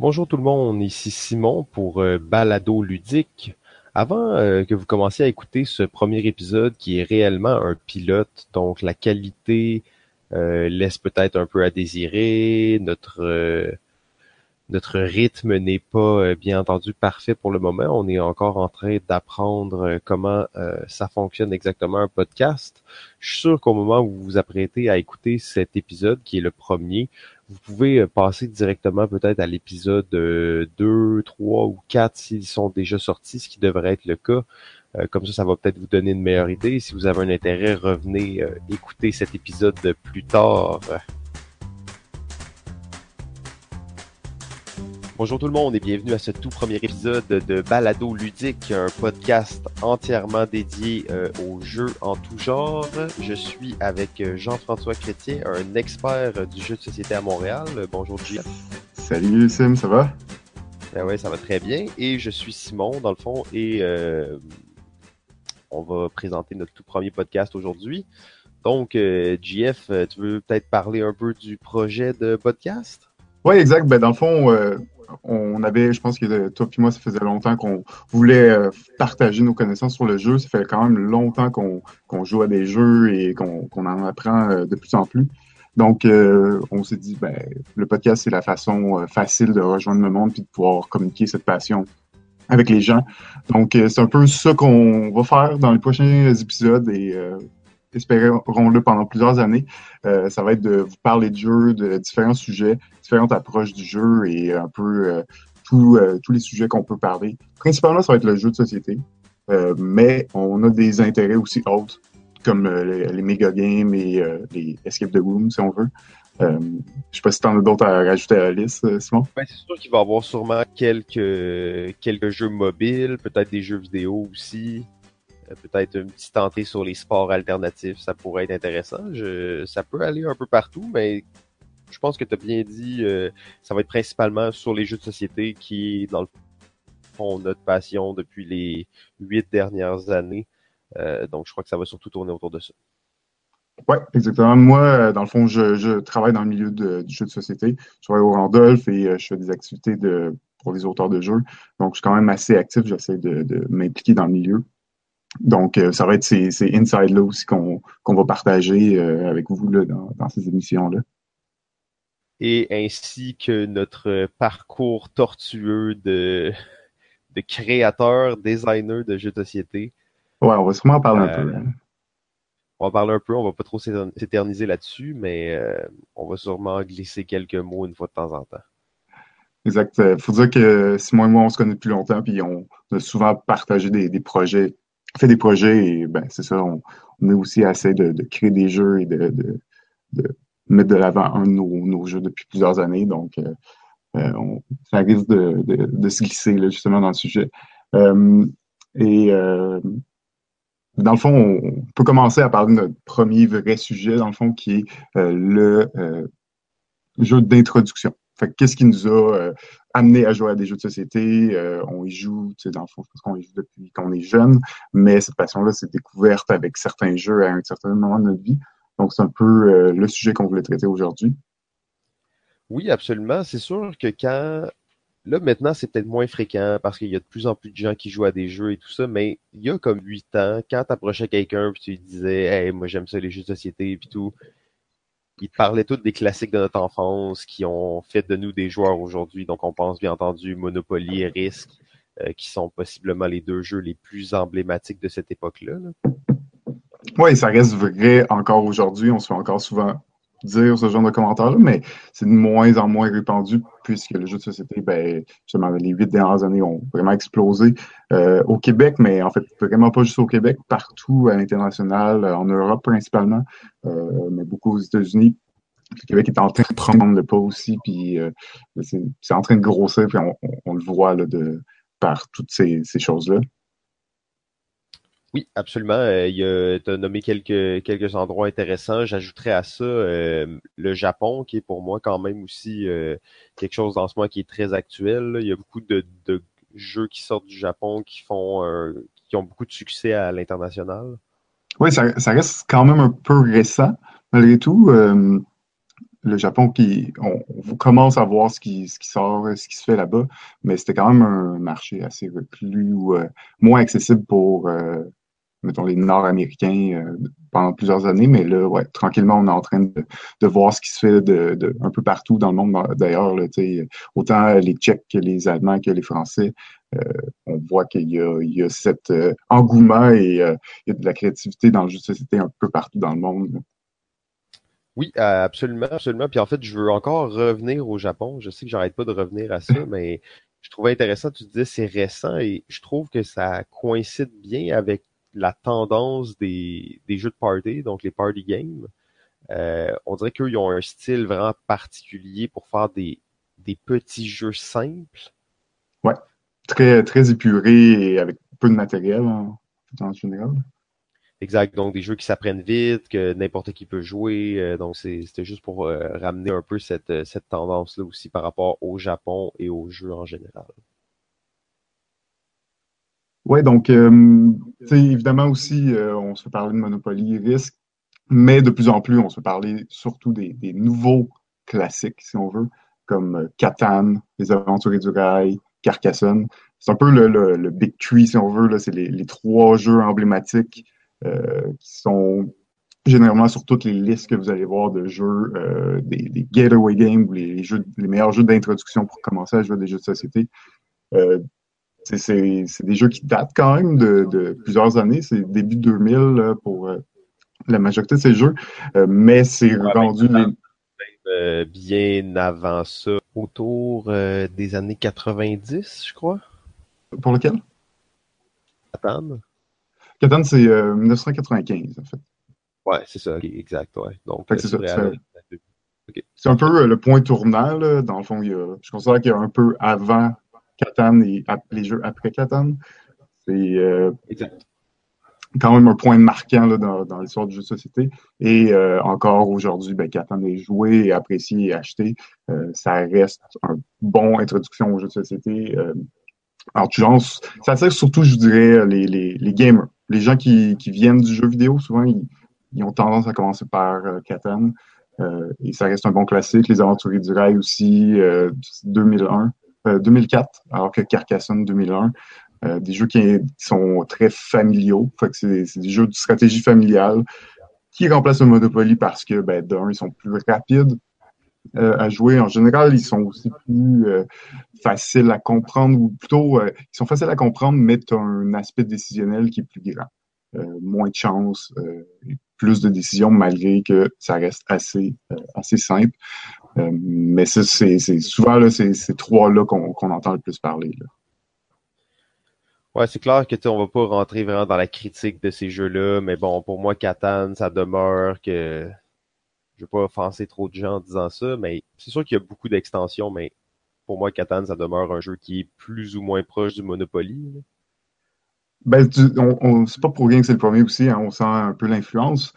Bonjour tout le monde, ici Simon pour Balado Ludique. Avant que vous commenciez à écouter ce premier épisode qui est réellement un pilote, donc la qualité laisse peut-être un peu à désirer, notre rythme n'est pas bien entendu parfait pour le moment. On est encore en train d'apprendre comment ça fonctionne exactement un podcast. Je suis sûr qu'au moment où vous vous apprêtez à écouter cet épisode, qui est le premier, vous pouvez passer directement peut-être à l'épisode 2, 3 ou 4 s'ils sont déjà sortis, ce qui devrait être le cas. Comme ça va peut-être vous donner une meilleure idée. Si vous avez un intérêt, revenez écouter cet épisode plus tard. Bonjour tout le monde et bienvenue à ce tout premier épisode de Balado Ludique, un podcast entièrement dédié aux jeux en tout genre. Je suis avec Jean-François Chrétien, un expert du jeu de société à Montréal. Bonjour Jeff. Salut Sim, ça va? Ben ouais, ça va très bien. Et je suis Simon dans le fond et on va présenter notre tout premier podcast aujourd'hui. Donc JF, tu veux peut-être parler un peu du projet de podcast? Oui, exact. Ben, dans le fond, on avait, je pense que toi et moi, ça faisait longtemps qu'on voulait partager nos connaissances sur le jeu. Ça fait quand même longtemps qu'on joue à des jeux et qu'on en apprend de plus en plus. Donc, on s'est dit, ben, le podcast, c'est la façon facile de rejoindre le monde puis de pouvoir communiquer cette passion avec les gens. Donc, c'est un peu ça qu'on va faire dans les prochains épisodes et espérons-le pendant plusieurs années. Ça va être de vous parler de jeux, de différents sujets, différentes approches du jeu et un peu tous les sujets qu'on peut parler. Principalement, ça va être le jeu de société, mais on a des intérêts aussi autres, comme les méga games et les escape the room, si on veut. Je sais pas si tu en as d'autres à rajouter à la liste, Simon. Ben, c'est sûr qu'il va y avoir sûrement quelques jeux mobiles, peut-être des jeux vidéo aussi, peut-être une petite entrée sur les sports alternatifs, ça pourrait être intéressant. Ça peut aller un peu partout, mais je pense que tu as bien dit, ça va être principalement sur les jeux de société qui est dans le fond notre passion depuis les 8 dernières années. Donc je crois que ça va surtout tourner autour de ça. Oui, exactement. Moi, dans le fond, je travaille dans le milieu du jeu de société. Je travaille au Randolph et je fais des activités pour les auteurs de jeux. Donc, je suis quand même assez actif. J'essaie de m'impliquer dans le milieu. Donc, ça va être ces insights-là aussi qu'on va partager avec vous là, dans ces émissions-là. Et ainsi que notre parcours tortueux de créateur, designer de jeux de société. Ouais, on va sûrement en parler un Euh, peu, hein. On va parler un peu, on va pas trop s'éterniser là-dessus, mais on va sûrement glisser quelques mots une fois de temps en temps. Exact. Faut dire que Simon et moi, on se connaît depuis longtemps, puis on a souvent partagé des projets, fait des projets, et ben c'est ça, on est aussi à essayer de créer des jeux et de mettre de l'avant un de nos jeux depuis plusieurs années. Donc, ça risque de se glisser là, justement dans le sujet. Euh, et dans le fond, on peut commencer à parler de notre premier vrai sujet, dans le fond, qui est le jeu d'introduction. Fait que qu'est-ce qui nous a amené à jouer à des jeux de société? On y joue, tu sais, dans le fond, parce qu'on y joue depuis qu'on est jeune, mais cette passion-là s'est découverte avec certains jeux à un certain moment de notre vie. Donc, c'est un peu le sujet qu'on voulait traiter aujourd'hui. Oui, absolument. C'est sûr que là, maintenant, c'est peut-être moins fréquent parce qu'il y a de plus en plus de gens qui jouent à des jeux et tout ça, mais il y a comme 8 ans, quand t'approchais quelqu'un puis tu lui disais, hey, moi j'aime ça les jeux de société puis tout, ils te parlaient tous des classiques de notre enfance qui ont fait de nous des joueurs aujourd'hui. Donc, on pense bien entendu Monopoly et Risk, qui sont possiblement les deux jeux les plus emblématiques de cette époque-là, là. Oui, ça reste vrai encore aujourd'hui. On se fait encore souvent dire ce genre de commentaires-là, mais c'est de moins en moins répandu puisque le jeu de société, ben, justement, les 8 dernières années ont vraiment explosé au Québec, mais en fait, vraiment pas juste au Québec, partout à l'international, en Europe principalement, mais beaucoup aux États-Unis. Le Québec est en train de prendre le pas aussi, puis c'est en train de grossir, puis on le voit là, par toutes ces choses-là. Oui, absolument. T'as nommé quelques endroits intéressants. J'ajouterais à ça le Japon, qui est pour moi quand même aussi quelque chose dans ce moment qui est très actuel, là. Il y a beaucoup de jeux qui sortent du Japon qui ont beaucoup de succès à l'international. Oui, ça reste quand même un peu récent, malgré tout. le Japon on commence à voir ce qui sort, ce qui se fait là-bas, mais c'était quand même un marché assez reclus ou moins accessible pour, mettons, les Nord-Américains pendant plusieurs années. Mais là, ouais, tranquillement, on est en train de voir ce qui se fait un peu partout dans le monde. D'ailleurs, là, tu sais, autant les Tchèques que les Allemands que les Français, euh, on voit il y a cet engouement et il y a de la créativité dans le jeu de société un peu partout dans le monde. Oui, absolument, absolument. Puis en fait, je veux encore revenir au Japon. Je sais que j'arrête pas de revenir à ça, mais je trouvais intéressant, tu disais c'est récent et je trouve que ça coïncide bien avec la tendance des jeux de party, donc les party games. On dirait qu'eux, ils ont un style vraiment particulier pour faire des petits jeux simples. Ouais, très épuré et avec peu de matériel en général. Exact, donc des jeux qui s'apprennent vite, que n'importe qui peut jouer. Donc c'était juste pour ramener un peu cette tendance-là aussi par rapport au Japon et aux jeux en général. Ouais, donc, tu sais, évidemment aussi, on se fait parler de Monopoly Risque, mais de plus en plus, on se fait parler surtout des nouveaux classiques, si on veut, comme Catan, Les Aventuriers du Rail, Carcassonne. C'est un peu le Big Three, si on veut, là, c'est les trois jeux emblématiques qui sont généralement sur toutes les listes que vous allez voir de jeux, des gateway games ou les meilleurs jeux d'introduction pour commencer à jouer à des jeux de société. Euh, c'est des jeux qui datent quand même de plusieurs années. C'est début 2000 pour la majorité de ces jeux. Mais c'est Ouais, ben, rendu les... bien avant ça, autour des années 90, je crois. Pour lequel? Attends. Catan, c'est 1995, en fait. Ouais, c'est ça, ok, exact, ouais. Donc Fait que c'est c'est ça. vrai, elle a... Ok, C'est un parfait. peu le point tournant, là. Dans le fond, je considère qu'il y a un peu avant Catan et les jeux après Catan. C'est Exact. quand même un point marquant là, dans l'histoire du jeu de société. Et encore aujourd'hui, ben, Catan est joué, et apprécié et acheté. Ça reste un bon introduction au jeu de société. Alors, ça sert surtout, je dirais, les gamers. Les gens qui viennent du jeu vidéo, souvent, ils ont tendance à commencer par Catan. Et ça reste un bon classique. Les Aventuriers du Rail aussi, 2001, 2004, alors que Carcassonne 2001. Des jeux qui sont très familiaux. Fait que c'est des jeux de stratégie familiale qui remplacent le Monopoly parce que, ben, d'un, ils sont plus rapides à jouer. En général, ils sont aussi plus faciles à comprendre, ou plutôt, ils sont faciles à comprendre, mais tu as un aspect décisionnel qui est plus grand. Moins de chance, plus de décisions, malgré que ça reste assez simple. Mais ça, c'est souvent là, ces trois-là qu'on entend le plus parler. Là. Ouais, c'est clair que tu sais, on va pas rentrer vraiment dans la critique de ces jeux-là, mais bon, pour moi, Catan, ça demeure que je vais pas offenser trop de gens en disant ça, mais c'est sûr qu'il y a beaucoup d'extensions, mais pour moi, Catan, ça demeure un jeu qui est plus ou moins proche du Monopoly, là. Ben, c'est pas pour rien que c'est le premier aussi, hein, on sent un peu l'influence.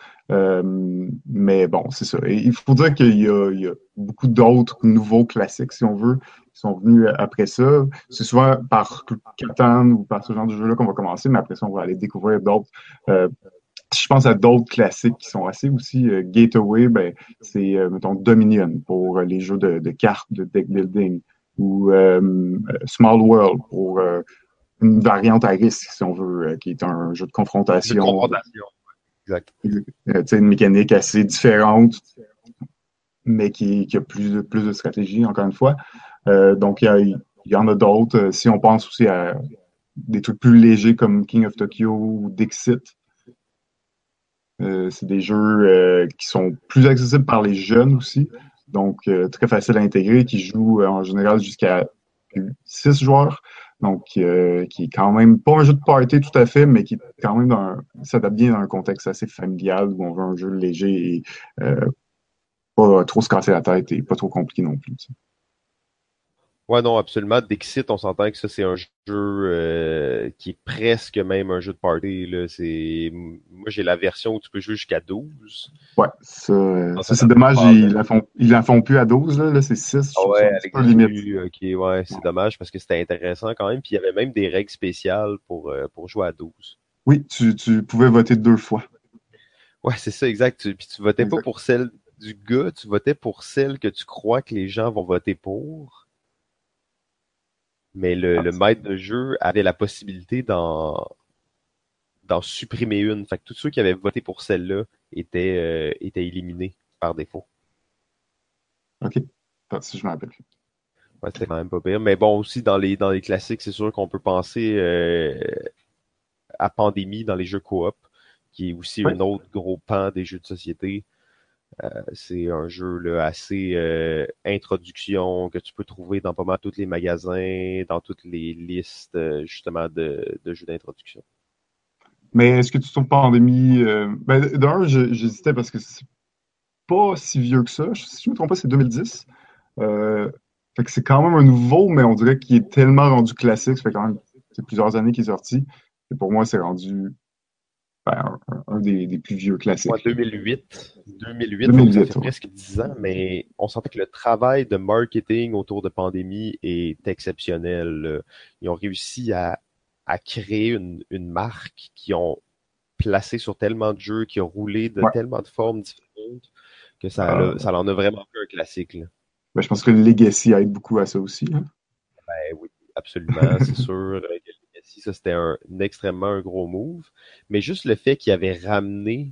Mais bon, c'est ça. Et il faut dire il y a beaucoup d'autres nouveaux classiques, si on veut, qui sont venus après ça. C'est souvent par Catan ou par ce genre de jeu-là qu'on va commencer, mais après ça, on va aller découvrir d'autres. Euh, si je pense à d'autres classiques qui sont assez aussi gateway, ben, c'est, mettons, Dominion pour les jeux de cartes, de deck building, ou Small World pour une variante à risque, si on veut, qui est un jeu de Jeu de confrontation, confrontation. Exact. une mécanique assez différente, mais qui a plus de stratégie, encore une fois. Donc, il y en a d'autres. Si on pense aussi à des trucs plus légers comme King of Tokyo ou Dixit, c'est des jeux qui sont plus accessibles par les jeunes aussi, donc très faciles à intégrer, qui jouent en général jusqu'à 6 joueurs, donc qui est quand même pas un jeu de party tout à fait, mais qui est quand même s'adapte bien dans un contexte assez familial où on veut un jeu léger et pas trop se casser la tête et pas trop compliqué non plus. Tu sais. Ouais, non, absolument. Dixit, on s'entend que ça, c'est un jeu qui est presque même un jeu de party, là. Moi, j'ai la version où tu peux jouer jusqu'à 12. Ouais, On ça c'est s'adapte dommage, pas mal. ils la font plus à 12 là c'est 6, je Ah trouve ça ouais, un petit avec peu des limite. menus, ok, ouais, c'est dommage parce que c'était intéressant quand même. Puis il y avait même des règles spéciales pour jouer à 12. Oui, tu pouvais voter 2 fois. Ouais, c'est ça, exact. Puis tu votais pas Exact. pour celle du gars, tu votais pour celle que tu crois que les gens vont voter pour, mais le maître de jeu avait la possibilité d'en supprimer une. Fait que tous ceux qui avaient voté pour celle-là étaient éliminés par défaut. OK. Si je me rappelle. Ouais, c'était quand même pas pire. Mais bon, aussi dans les classiques, c'est sûr qu'on peut penser à Pandémie dans les jeux coop, qui est aussi Oui. un autre gros pan des jeux de société. C'est un jeu là, assez introduction que tu peux trouver dans pas mal tous les magasins, dans toutes les listes justement de jeux d'introduction. Mais est-ce que tu trouves Pandémie... ben, d'un, j'hésitais parce que c'est pas si vieux que ça. Si je me trompe pas, c'est 2010. Euh, Fait que c'est quand même un nouveau, mais on dirait qu'il est tellement rendu classique. Ça fait quand même c'est plusieurs années qu'il est sorti. Et pour moi, c'est rendu ben, un des plus vieux Ouais, classiques. 2008, donc ça 2008, fait ouais. presque 10 ans, mais on sentait que le travail de marketing autour de Pandémie est exceptionnel. Là. Ils ont réussi à créer une marque qui ont placé sur tellement de jeux, qui a roulé de Ouais. tellement de formes différentes que Euh, ça en a vraiment fait un classique. Là. ben, je pense que le Legacy aide beaucoup à ça aussi, hein. Ben oui, absolument, c'est sûr. Que Legacy, ça c'était extrêmement un gros move. Mais juste le fait qu'il avait ramené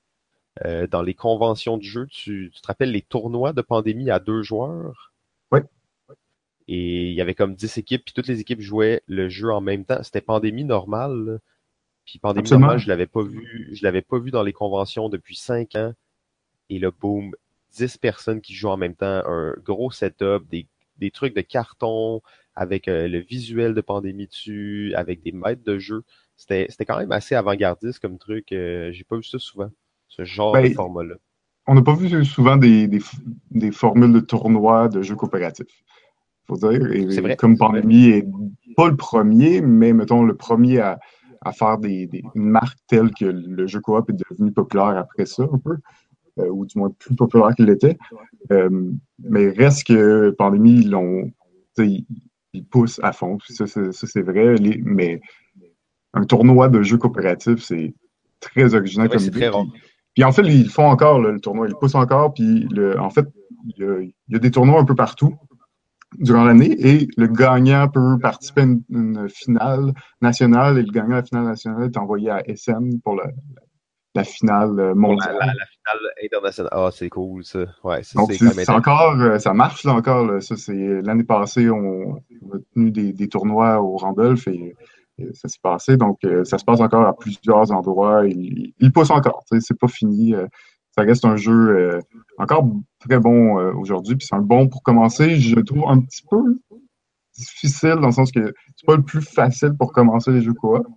dans les conventions de jeu, tu te rappelles les tournois de Pandémie à 2 joueurs? Oui, Et il y avait comme 10 équipes, puis toutes les équipes jouaient le jeu en même temps. C'était Pandémie normale, là. Puis Pandémie normale, absolument. je l'avais pas vu dans les conventions depuis 5 ans. Et là, boum, 10 personnes qui jouent en même temps, un gros setup, des trucs de carton, avec le visuel de Pandémie dessus, avec des maîtres de jeu. C'était quand même assez avant-gardiste comme truc. J'ai pas vu ça souvent, ce genre de Ben, format-là. on n'a pas vu souvent des formules de tournois de jeux coopératifs, faut dire. C'est Et vrai, comme c'est vrai. Pandémie est pas le premier, mais mettons le premier à faire une marque telle que le jeu coop est devenu populaire après ça, un peu, ou du moins plus populaire qu'il l'était. Euh, mais reste que Pandémie, tu sais, ils poussent à fond. Ça, c'est vrai. Mais un tournoi de jeux coopératifs, c'est très C'est original vrai que comme c'est idée. très rare. Puis en fait, ils le font encore, là, le tournoi. Ils le poussent encore. Puis en fait, il y a des tournois un peu partout durant l'année et le gagnant peut participer à une finale nationale et le gagnant de la finale nationale est envoyé à SN pour la finale Pour mondiale. la finale internationale. Ah, c'est cool, ça. Ouais, ça, Donc, c'est quand même c'est intéressant. encore, ça marche là encore. Là. Ça, c'est l'année passée, on a tenu des tournois au Randolph et ça s'est passé. Donc, ça se passe encore à plusieurs endroits. Il pousse encore. Tu sais, c'est pas fini. Ça reste un jeu encore très bon aujourd'hui. Puis c'est un bon pour commencer. Je le trouve un petit peu difficile dans le sens que c'est pas le plus facile pour commencer les jeux coop.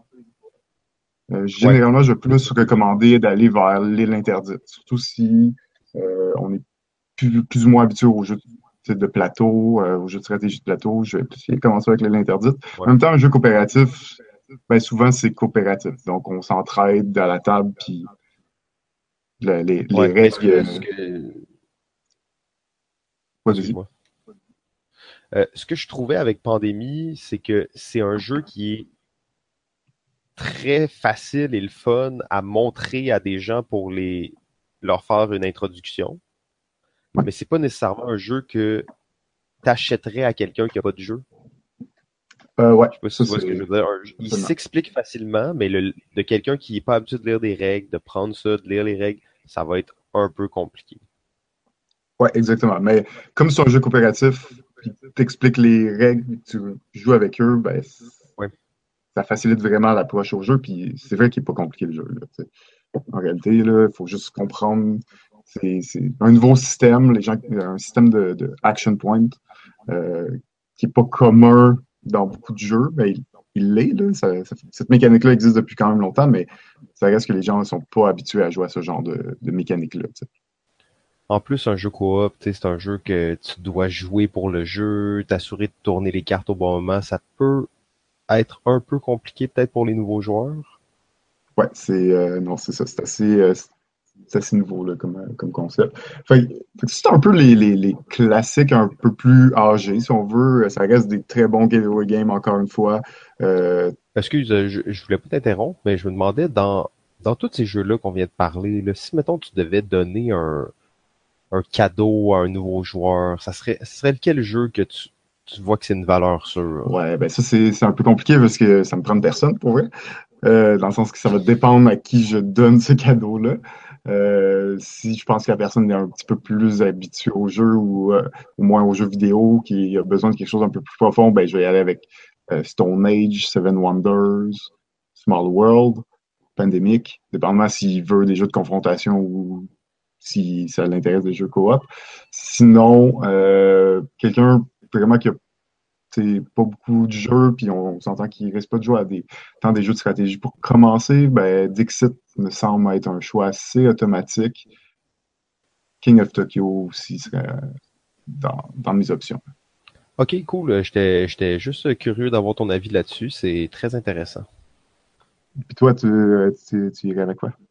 Ouais. Généralement, je vais plus recommander d'aller vers l'île interdite, surtout si on est plus ou moins habitué aux jeux de plateau, aux jeux de stratégie de plateau. Je vais plus commencer avec l'île interdite. En Ouais. même temps, un jeu coopératif, ben souvent c'est coopératif. Donc on s'entraide à la table, puis les Ouais. Mais règles. Ouais, vas-y. excuse-moi. Ce que je trouvais avec Pandémie, c'est que c'est un jeu qui est très facile et le fun à montrer à des gens pour leur faire une introduction. Ouais. Mais c'est pas nécessairement un jeu que t'achèterais à quelqu'un qui a pas de jeu. Ouais, Je sais pas si ça tu vois ce que je c'est veux dire. Il absolument. s'explique facilement, mais de quelqu'un qui est pas habitué de lire des règles, de prendre ça, de lire les règles, ça va être un peu compliqué. Ouais, exactement. Mais comme c'est un jeu coopératif, puis t'expliques les règles, tu joues avec eux, ben Ouais. ça facilite vraiment l'approche au jeu. Puis c'est vrai qu'il n'est pas compliqué le jeu. Là, tu sais. En réalité, il faut juste comprendre. C'est un nouveau système, un système de action point euh, qui n'est pas commun dans beaucoup de jeux. Mais il l'est. Là. Cette mécanique-là existe depuis quand même longtemps, mais ça reste que les gens ne sont pas habitués à jouer à ce genre de mécanique-là. Tu sais. En plus, un jeu coop, tu sais, c'est un jeu que tu dois jouer pour le jeu, t'assurer de tourner les cartes au bon moment. Ça peut être un peu compliqué peut-être pour les nouveaux joueurs. Ouais, non, c'est ça. C'est assez nouveau là, comme concept. Fait que c'est un peu les classiques un peu plus âgés, si on veut. Ça reste des très bons gateway games, encore une fois. Excuse, je voulais pas t'interrompre, mais je me demandais dans tous ces jeux-là qu'on vient de parler, là, si mettons tu devais donner un cadeau à un nouveau joueur, ce serait lequel jeu que tu vois que c'est une valeur sûre? Ouais, ben ça, c'est un peu compliqué parce que ça me prend une personne pour vrai. Dans le sens que ça va dépendre à qui je donne ce cadeau-là. Si je pense que la personne est un petit peu plus habituée au jeu ou au moins aux jeux vidéo, qui a besoin de quelque chose un peu plus profond, ben je vais y aller avec Stone Age, Seven Wonders, Small World, Pandemic, dépendamment s'il veut des jeux de confrontation ou si ça l'intéresse des jeux coop. Sinon, quelqu'un vraiment qui a pas beaucoup de jeux, puis on s'entend qu'il reste pas de jouer à tant des jeux de stratégie. Pour commencer, ben, Dixit me semble être un choix assez automatique. King of Tokyo aussi serait dans mes options. Ok, cool. J'étais juste curieux d'avoir ton avis là-dessus. C'est très intéressant. Puis toi, tu irais avec quoi?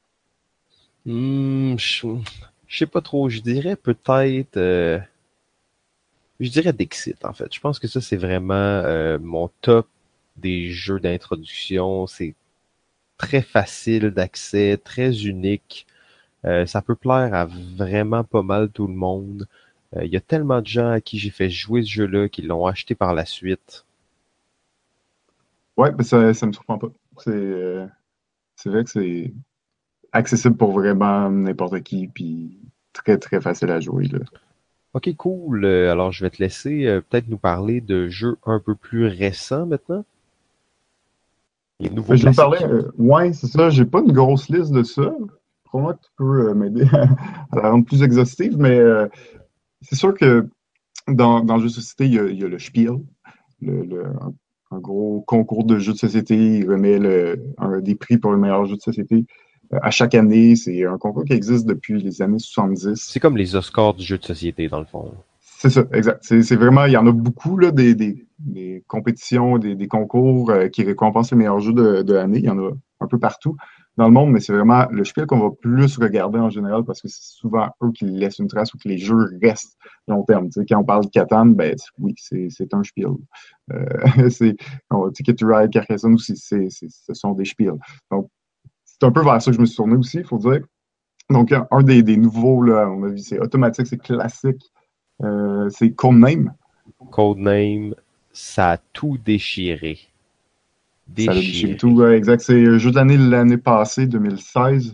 Hmm, je sais pas trop. Je dirais peut-être. Je dirais Dixit, en fait. Je pense que ça, c'est vraiment mon top des jeux d'introduction. C'est très facile d'accès, très unique. Ça peut plaire à vraiment pas mal tout le monde. Il y a tellement de gens à qui j'ai fait jouer ce jeu-là qui l'ont acheté par la suite. Ouais, ben ça me surprend pas. C'est vrai que c'est accessible pour vraiment n'importe qui, puis très, très facile à jouer, là. Ok, cool. Alors, je vais te laisser peut-être nous parler de jeux un peu plus récents maintenant. Les nouveaux Ben, je veux parler, classiques. ouais, c'est ça, j'ai pas une grosse liste de ça. Probablement que tu peux m'aider à la rendre plus exhaustive, mais c'est sûr que dans le jeu de société, il y a le Spiel, un gros concours de jeux de société. Il remet des prix pour le meilleur jeu de société. À chaque année, c'est un concours qui existe depuis les années 70. C'est comme les Oscars du jeu de société, dans le fond. C'est ça, exact. C'est vraiment, il y en a beaucoup, là, des compétitions, des concours qui récompensent les meilleurs jeux de l'année. Il y en a un peu partout dans le monde, mais c'est vraiment le Spiel qu'on va plus regarder en général parce que c'est souvent eux qui laissent une trace ou que les jeux restent long terme. Tu sais, quand on parle de Catan, ben oui, c'est un Spiel. C'est Ticket to Ride, Carcassonne aussi, ce sont des Spiels. Donc, c'est un peu vers ça que je me suis tourné aussi, il faut dire. Donc, un des nouveaux, là, à mon avis, c'est automatique, c'est classique. C'est Codename. Codename, ça a tout déchiré. Ça a déchiré Déchiré. tout, exact. C'est jeu de l'année passée, 2016.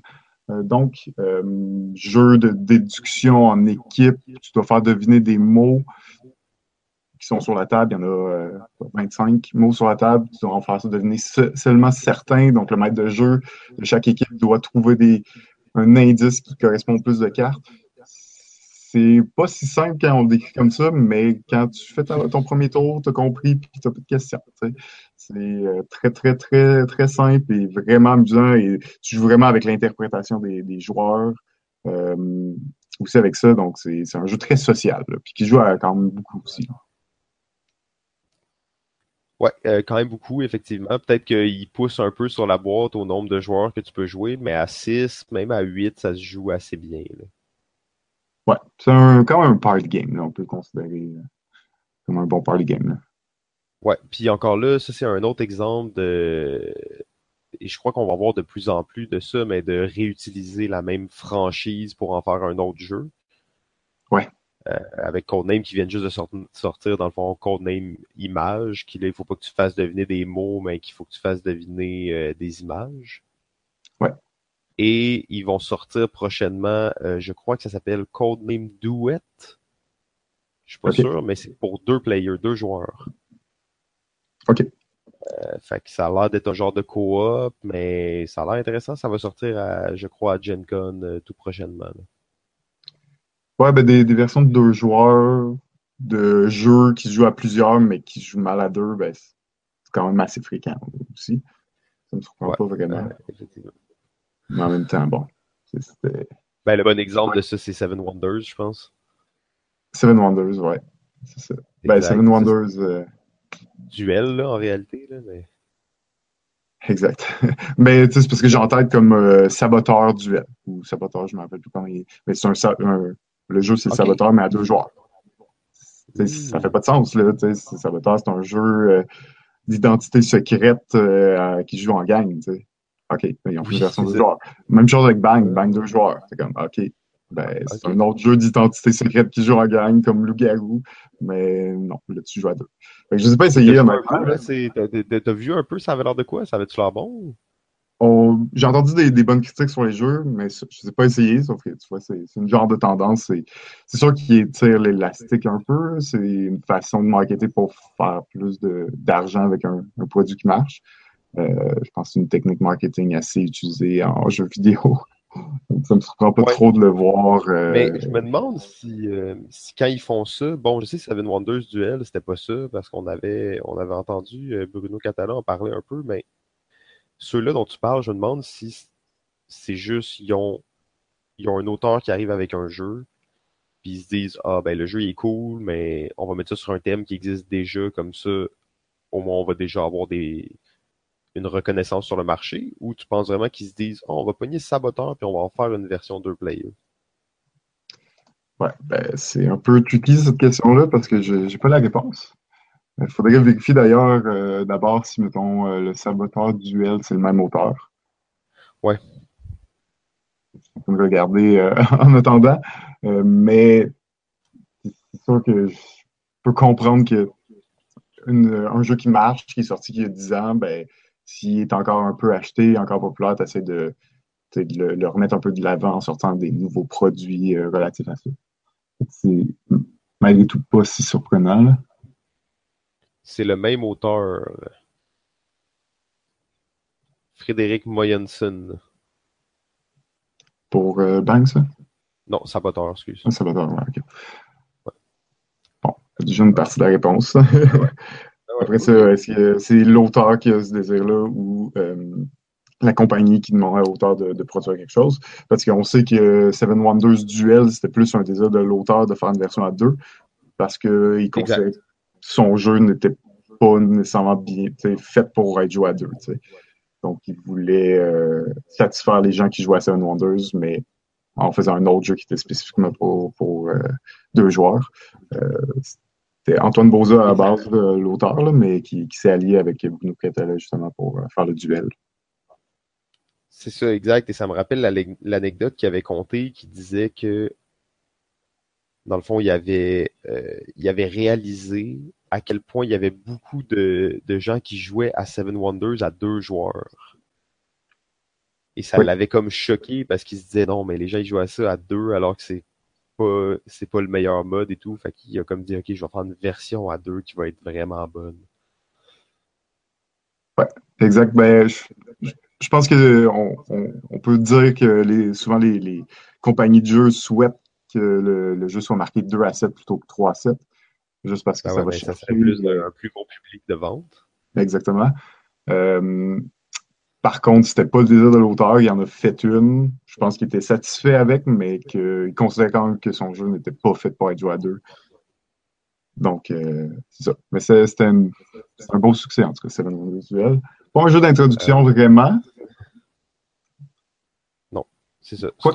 Jeu de déduction en équipe. Tu dois faire deviner des mots qui sont sur la table. Il y en a 25 mots sur la table. Tu dois en faire ça deviner seulement certains. Donc, le maître de jeu de chaque équipe doit trouver un indice qui correspond au plus de cartes. C'est pas si simple quand on le décrit comme ça, mais quand tu fais ton premier tour, tu as compris puis tu n'as plus de questions. Tu sais. C'est très, très, très, très simple et vraiment amusant. Et tu joues vraiment avec l'interprétation des joueurs. Euh, Aussi avec ça, donc c'est un jeu très social, là, puis qui joue quand même beaucoup aussi. Ouais, quand même beaucoup, effectivement. Peut-être qu'il pousse un peu sur la boîte au nombre de joueurs que tu peux jouer, mais à 6, même à 8, ça se joue assez bien, là. Ouais, quand même un party game, là, on peut le considérer comme un bon party game. Là. Ouais, puis encore là, ça c'est un autre exemple de... Et je crois qu'on va voir de plus en plus de ça, mais de réutiliser la même franchise pour en faire un autre jeu. Ouais, Avec Codename qui viennent juste de sortir, dans le fond, Codename Images, qui là, il faut pas que tu fasses deviner des mots, mais qu'il faut que tu fasses deviner des images. ouais, Et ils vont sortir prochainement, je crois que ça s'appelle Codename Duet. Je suis pas ok, sûr, mais c'est pour deux players, deux joueurs. ok. Fait que ça a l'air d'être un genre de coop, mais ça a l'air intéressant. Ça va sortir, je crois, à Gen Con tout prochainement, là. Ouais, ben des versions de deux joueurs, de jeux qui se jouent à plusieurs, mais qui se jouent mal à deux, ben c'est quand même assez fréquent aussi. Ça me surprend Ouais, pas vraiment. effectivement. Mais en même temps, bon, c'était Ben, le bon exemple ouais. de ça, c'est Seven Wonders, je pense. Seven Wonders, ouais. C'est ça. Ben, Seven Exact. Ça, c'est Wonders, duel, là, en réalité, là, mais... exact. Mais tu sais, c'est parce que j'ai en tête comme Saboteur Duel, ou Saboteur, je ne me rappelle plus comment il est. Mais le jeu, c'est OK. Saboteur, mais à deux joueurs. Tu sais, ça fait Hmm. pas de sens, là. Tu sais, Saboteur, c'est un jeu d'identité secrète qui joue en gang, tu sais. OK, ils ont fait une Oui, version c'est deux ça. joueurs. Même chose avec Bang, Bang deux joueurs. C'est comme, OK. Ben, c'est OK. un autre jeu d'identité secrète qui joue en gang, comme Loup-Garou. Mais non, là, tu joues à deux. Fait que je sais pas Et t'as essayer, joué un honnêtement. peu, là, t'as vu un peu, ça avait l'air de quoi? Ça avait-tu l'air bon? J'ai entendu des bonnes critiques sur les jeux, mais je ne sais pas essayer, sauf que tu vois, c'est une genre de tendance. C'est sûr qu'il étire l'élastique un peu. C'est une façon de marketer pour faire plus d'argent avec un produit qui marche. Je pense que c'est une technique marketing assez utilisée en jeux vidéo. Donc, ça ne me surprend pas Ouais. trop de le voir. Mais je me demande si quand ils font ça, bon, je sais que Seven Wonders Duel, c'était pas ça, parce qu'on avait entendu Bruno Catala en parler un peu, mais ceux-là dont tu parles, je me demande si c'est juste, ils ont un auteur qui arrive avec un jeu, puis ils se disent, ah ben le jeu il est cool, mais on va mettre ça sur un thème qui existe déjà, comme ça, au moins on va déjà avoir une reconnaissance sur le marché, ou tu penses vraiment qu'ils se disent, oh, on va pogner Saboteur, puis on va en faire une version 2 player. Ouais, ben, c'est un peu tricky cette question-là parce que je n'ai pas la réponse. Il faudrait vérifier d'ailleurs d'abord si, mettons, le Saboteur Duel, c'est le même auteur. Ouais, On peut le regarder en attendant. Mais c'est sûr que je peux comprendre que un jeu qui marche, qui est sorti il y a 10 ans, ben, s'il est encore un peu acheté, encore populaire, tu essaies de le remettre un peu de l'avant en sortant des nouveaux produits relatifs à ça. C'est malgré tout pas si surprenant là, c'est le même auteur, Frédéric Moyensen. pour Bang, ça. Non, Saboteur, excuse. Ah, ça va ouais, ok. Bon, c'est déjà une partie de la réponse. Ah ouais, ah ouais, Après ça, ok. est-ce que c'est l'auteur qui a ce désir-là ou la compagnie qui demande à l'auteur de produire quelque chose? Parce qu'on sait que Seven Wonders Duel, c'était plus un désir de l'auteur de faire une version à deux parce qu'il considérait que Exact. son jeu n'était pas nécessairement bien fait pour être joué à deux. T'sais. Donc, il voulait satisfaire les gens qui jouaient à Seven Wonders, mais en faisant un autre jeu qui était spécifiquement pour deux joueurs. Euh, C'était Antoine Bauza à la Exact. base, l'auteur, là, mais qui s'est allié avec Bruno Catala justement pour faire le duel. C'est ça, exact. Et ça me rappelle l'anecdote qu'il avait conté qui disait que, dans le fond, il avait réalisé à quel point il y avait beaucoup de gens qui jouaient à Seven Wonders à 2 joueurs. Et ça Oui, l'avait comme choqué parce qu'il se disait non, mais les gens ils jouent à ça à deux alors que c'est pas le meilleur mode et tout. Fait qu'il a comme dit ok, je vais faire une version à deux qui va être vraiment bonne. ouais, exact. Ben, je pense que on peut dire que souvent les compagnies de jeux souhaitent que le jeu soit marqué 2 à 7 plutôt que 3 à 7, juste parce que Ben ça ouais, va ben ça chercher serait plus un plus gros public de vente. exactement. Euh, Par contre, c'était pas le désir de l'auteur, il en a fait une. Je pense qu'il était satisfait avec, mais qu'il considérait quand même que son jeu n'était pas fait pour être joué à deux. Donc, c'est ça. Mais c'est un beau succès, en tout cas, Seven Wonders Duel. Pas un jeu d'introduction Euh, vraiment. non, c'est ça. C'est Quoi?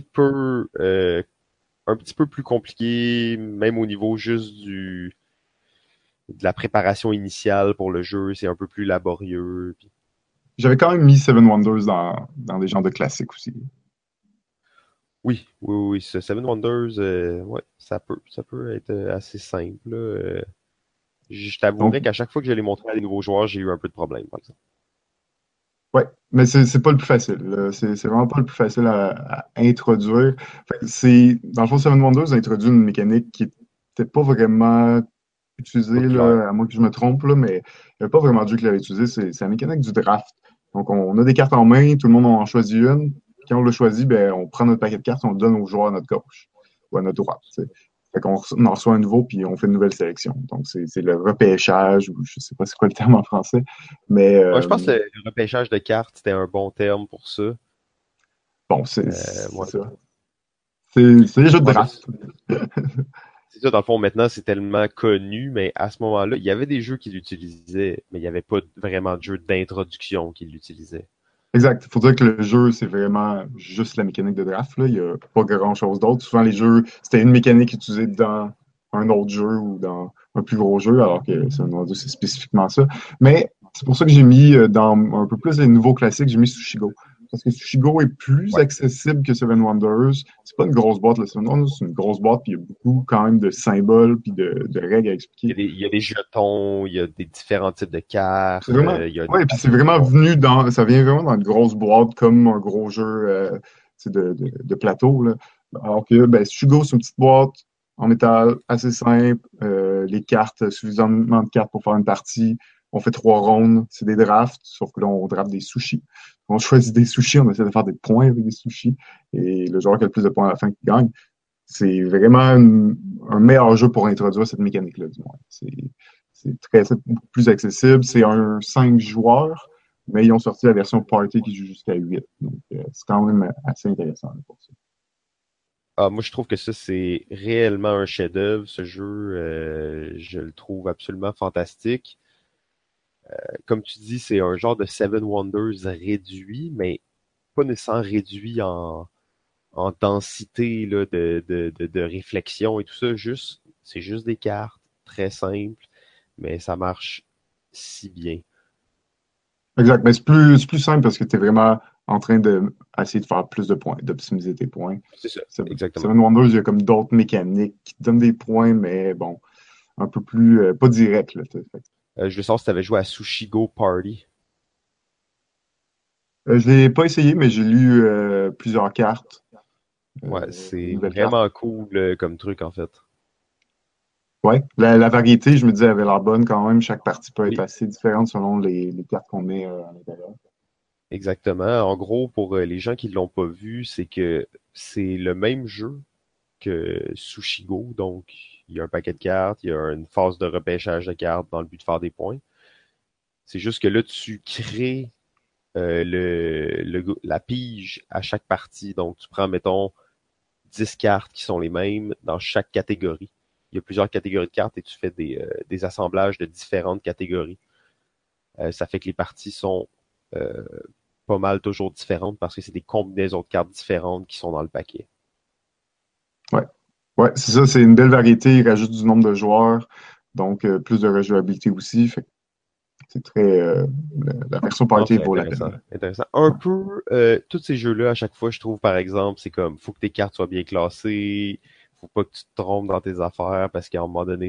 un petit peu plus compliqué, même au niveau juste de la préparation initiale pour le jeu, c'est un peu plus laborieux. J'avais quand même mis Seven Wonders dans des genres de classiques aussi. Oui, oui, oui, ce Seven Wonders, ouais, ça peut être assez simple, là. Je Donc, t'avouerais qu'à chaque fois que je l'ai montré à des nouveaux joueurs, j'ai eu un peu de problème, par exemple. ouais, mais c'est pas le plus facile. Là. C'est vraiment pas le plus facile à introduire. Fait que dans le fond, Seven Wonders a introduit une mécanique qui n'était pas vraiment utilisée, Populaire. là, à moins que je me trompe, là, mais il n'y avait pas vraiment de jeu qui l'avait utilisé. C'est la mécanique du draft. Donc, on a des cartes en main, tout le monde en choisit une. Quand on l'a choisi, ben, on prend notre paquet de cartes, on le donne au joueur à notre gauche ou à notre droite. T'sais. Fait qu'on on en reçoit un nouveau, puis on fait une nouvelle sélection. Donc, c'est le repêchage, ou je sais pas c'est quoi le terme en français, mais Ouais, je pense que le repêchage de cartes, c'était un bon terme pour ça. bon, c'est Ouais, ça. C'est les jeux de ouais, mais draft. c'est ça, dans le fond, maintenant, c'est tellement connu, mais à ce moment-là, il y avait des jeux qui l'utilisaient, mais il n'y avait pas vraiment de jeu d'introduction qui l'utilisaient. Exact. Il faut dire que le jeu, c'est vraiment juste la mécanique de draft. Là. Il n'y a pas grand-chose d'autre. Souvent, les jeux, c'était une mécanique utilisée dans un autre jeu ou dans un plus gros jeu, alors que c'est spécifiquement ça. Mais c'est pour ça que j'ai mis dans un peu plus les nouveaux classiques, j'ai mis Sushigo. parce que Sushigo est plus Ouais. accessible que Seven Wonders. C'est pas une grosse boîte, le Seven Wonders, c'est une grosse boîte, puis il y a beaucoup quand même de symboles puis de règles à expliquer. Il y a des jetons, il y a des différents types de C'est cartes, vraiment, il y a des ouais, puis c'est tableaux de vraiment bord. venu ça vient vraiment dans une grosse boîte comme un gros jeu de plateau, là. Alors que ben, Sugo, c'est une petite boîte en métal assez simple, les cartes, suffisamment de cartes pour faire une partie. On fait 3 rondes, c'est des drafts, sauf que là, on draft des sushis. On choisit des sushis, on essaie de faire des points avec des sushis, et le joueur qui a le plus de points à la fin qui gagne. C'est vraiment un meilleur jeu pour introduire cette mécanique-là, du moins. C'est beaucoup plus accessible. C'est un 5 joueurs, mais ils ont sorti la version Party qui joue jusqu'à 8. Donc, c'est quand même assez intéressant là, pour ça. Ah, moi, je trouve que ça, c'est réellement un chef-d'œuvre. Ce jeu, je le trouve absolument fantastique. Comme tu dis, c'est un genre de Seven Wonders réduit, mais pas nécessairement réduit en densité là, de réflexion et tout ça. C'est juste des cartes très simples, mais ça marche si bien. Exact. Mais c'est plus simple parce que tu es vraiment en train d'essayer de faire plus de points, d'optimiser tes points. C'est ça, exactement. Seven Wonders, il y a comme d'autres mécaniques qui te donnent des points, mais bon, un peu plus, pas direct, là. Je veux savoir si tu avais joué à Sushi Go Party. Je l'ai pas essayé, mais j'ai lu plusieurs cartes, Ouais, des c'est nouvelles cartes. vraiment cool comme truc en fait. Ouais, la variété, je me disais, avait l'air bonne quand même. Chaque partie peut être Oui, assez différente selon les cartes qu'on met à l'intérieur. exactement. En gros, pour les gens qui l'ont pas vu, c'est que c'est le même jeu que Sushigo. Donc, il y a un paquet de cartes, il y a une phase de repêchage de cartes dans le but de faire des points. C'est juste que là, tu crées la pige à chaque partie. Donc, tu prends, mettons, 10 cartes qui sont les mêmes dans chaque catégorie. Il y a plusieurs catégories de cartes et tu fais des assemblages de différentes catégories. Ça fait que les parties sont euh, pas mal toujours différentes parce que c'est des combinaisons de cartes différentes qui sont dans le paquet. Ouais, ouais, c'est ça, c'est une belle variété. Il rajoute du nombre de joueurs, donc plus de rejouabilité aussi. Fait que c'est très. La version Non, party c'est vaut la intéressant. peine. Intéressant. Un peu, tous ces jeux-là, à chaque fois, je trouve, par exemple, c'est comme, faut que tes cartes soient bien classées, faut pas que tu te trompes dans tes affaires, parce qu'à un moment donné,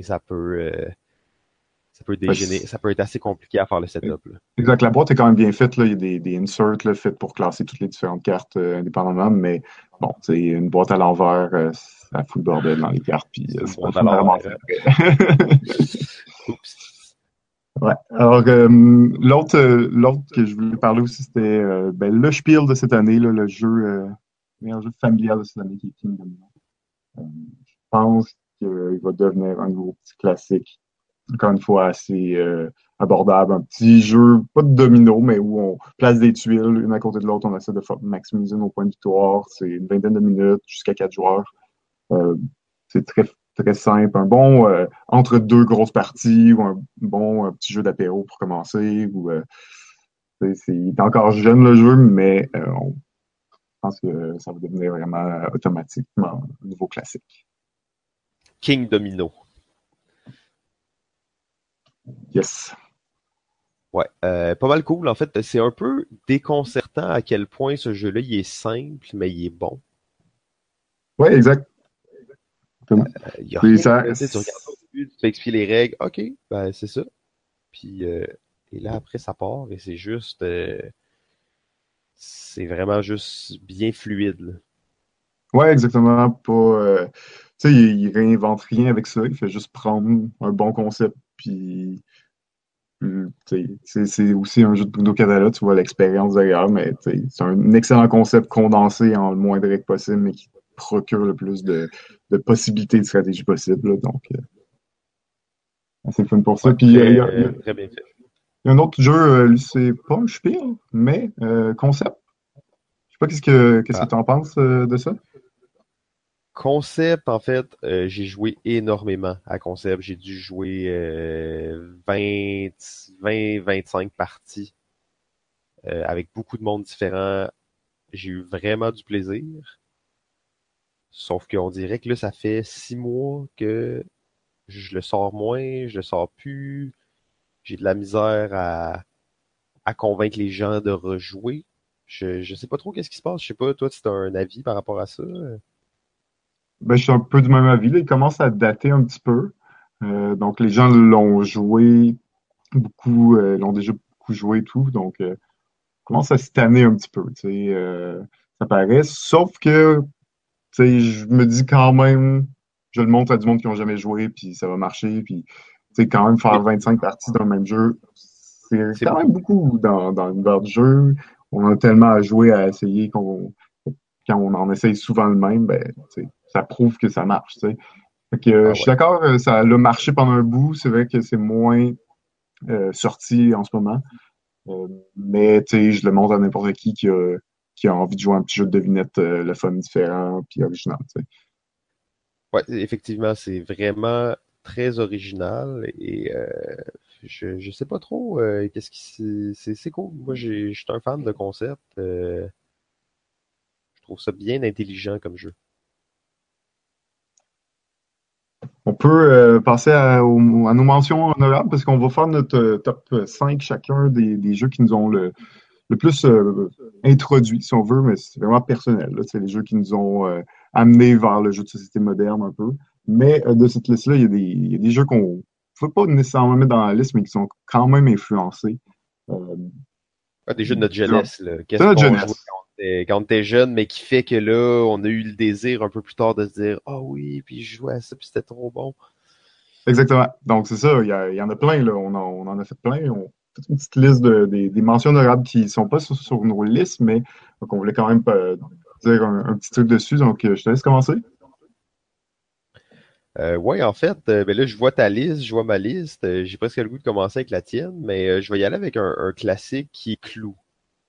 ça peut Ouais, dégénérer, ça peut être assez compliqué à faire le setup, là. exact. La boîte est quand même bien faite, là. Il y a des inserts là, faits pour classer toutes les différentes cartes indépendamment, mais bon, c'est une boîte à l'envers, ça fout le bordel dans les cartes, puis C'est une c'est pas le boîte à fun de l'envers, ramasser hein. après. Oups. Ouais. Alors, l'autre que je voulais parler aussi, c'était ben, le Spiel de cette année, là, le jeu, meilleur jeu familial de cette année qui est Kingdom Hearts. Je pense qu'il va devenir un nouveau petit classique. Encore une fois, assez abordable. Un petit jeu, pas de domino, mais où on place des tuiles une à côté de l'autre. On essaie de maximiser nos points de victoire. C'est une vingtaine de minutes, jusqu'à 4 joueurs. Euh, c'est très simple. Un bon entre deux grosses parties ou un bon petit jeu d'apéro pour commencer. Il est encore jeune le jeu, mais on pense que ça va devenir vraiment automatiquement un nouveau classique. King Domino. Yes. Ouais, pas mal cool. En fait, c'est un peu déconcertant à quel point ce jeu-là, il est simple, mais il est bon. Oui, exactement. Il y a Et rien. ça, Tu sais, tu regardes ça au début, tu fais expliquer les règles. OK, ben c'est ça. Puis, et là, après, ça part et c'est juste... c'est vraiment juste bien fluide, là. ouais, exactement. Pas, tu sais, il réinvente rien avec ça. Il fait juste prendre un bon concept. Puis, tu sais, c'est aussi un jeu de Bruno Catala. Tu vois l'expérience derrière, mais tu sais, c'est un excellent concept condensé en le moins direct possible, mais qui procure le plus de possibilités de stratégie possible, là. Donc, c'est fun pour ça. Ouais, Puis, très bien fait. il y a un autre jeu, lui, c'est pas un spiel, mais concept. Je sais pas qu'est-ce que Ah, tu en penses de ça? Concept, en fait, j'ai joué énormément à Concept. J'ai dû jouer 25 parties avec beaucoup de monde différent. J'ai eu vraiment du plaisir. Sauf qu'on dirait que là, ça fait 6 mois que je le sors moins, je le sors plus. J'ai de la misère à convaincre les gens de rejouer. Je sais pas trop qu'est-ce qui se passe. Je sais pas, toi, si t'as un avis par rapport à ça. Ben, je suis un peu du même avis, là. Il commence à dater un petit peu. Donc, les gens l'ont joué beaucoup, l'ont déjà beaucoup joué et tout. Donc, commence à se tanner un petit peu, tu sais. Ça paraît. Sauf que, tu sais, je me dis quand même, je le montre à du monde qui n'ont jamais joué, puis ça va marcher. Puis, tu sais, quand même faire Oui, 25 parties d'un même jeu, c'est c'est quand même beaucoup. beaucoup dans l'univers du jeu. On a tellement à jouer, à essayer qu'on quand on en essaye souvent le même, ben, tu sais, ça prouve que ça marche, tu sais. Fait que, Ah je suis ouais. d'accord, ça a marché pendant un bout. C'est vrai que c'est moins sorti en ce moment. Euh, mais tu sais, je le montre à n'importe qui a envie de jouer un petit jeu de devinette, le fun différent puis original, tu sais. Ouais, effectivement, c'est vraiment très original et je sais pas trop qu'est-ce qui c'est cool. Moi, je suis un fan de concept. Je trouve ça bien intelligent comme jeu. On peut passer à nos mentions honorables parce qu'on va faire notre top 5 chacun des jeux qui nous ont le plus introduit, si on veut, mais c'est vraiment personnel, là. C'est les jeux qui nous ont amenés vers le jeu de société moderne un peu. Mais de cette liste-là, il y a des jeux qu'on ne peut pas nécessairement mettre dans la liste, mais qui sont quand même influencés. Euh, Ah, des jeux de notre disons, jeunesse, là. c'est Qu'est-ce notre qu'on jouait jeunesse. quand on était jeune, mais qui fait que là, on a eu le désir un peu plus tard de se dire, ah oui, puis je jouais à ça, puis c'était trop bon. Exactement. Donc, c'est ça. Il y en a plein, là. On en a fait plein. On fait une petite liste des mentions honorables qui ne sont pas sur nos listes, mais qu'on voulait quand même dire un petit truc dessus. Donc, je te laisse commencer. Ouais, en fait, ben là, je vois ta liste, je vois ma liste. J'ai presque le goût de commencer avec la tienne, mais je vais y aller avec un classique qui est Clou.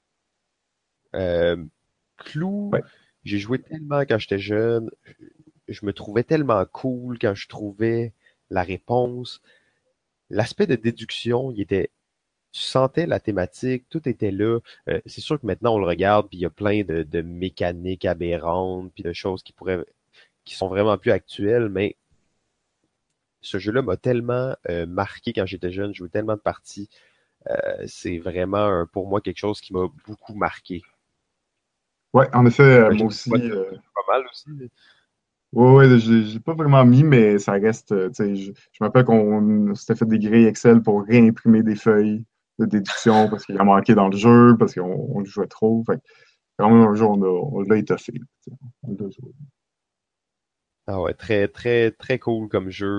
Euh, Clou, Ouais. j'ai joué tellement quand j'étais jeune, je me trouvais tellement cool quand je trouvais la réponse. L'aspect de déduction, tu sentais la thématique, tout était là. C'est sûr que maintenant on le regarde, puis il y a plein de mécaniques aberrantes, puis de choses qui sont vraiment plus actuelles, mais ce jeu-là m'a tellement marqué quand j'étais jeune, je jouais tellement de parties. C'est vraiment pour moi quelque chose qui m'a beaucoup marqué. Ouais, en effet, moi J'imagine que aussi. toi, tu joues pas mal aussi. Ouais, ouais, j'ai pas vraiment mis, mais ça reste. Tu sais, je me rappelle qu'on s'était fait des grilles Excel pour réimprimer des feuilles de déduction parce qu'il en manquait dans le jeu, parce qu'on le jouait trop. Fait que vraiment, un jour, on l'a étoffé, là, tu sais. On l'a joué. Ah ouais, très, très, très cool comme jeu.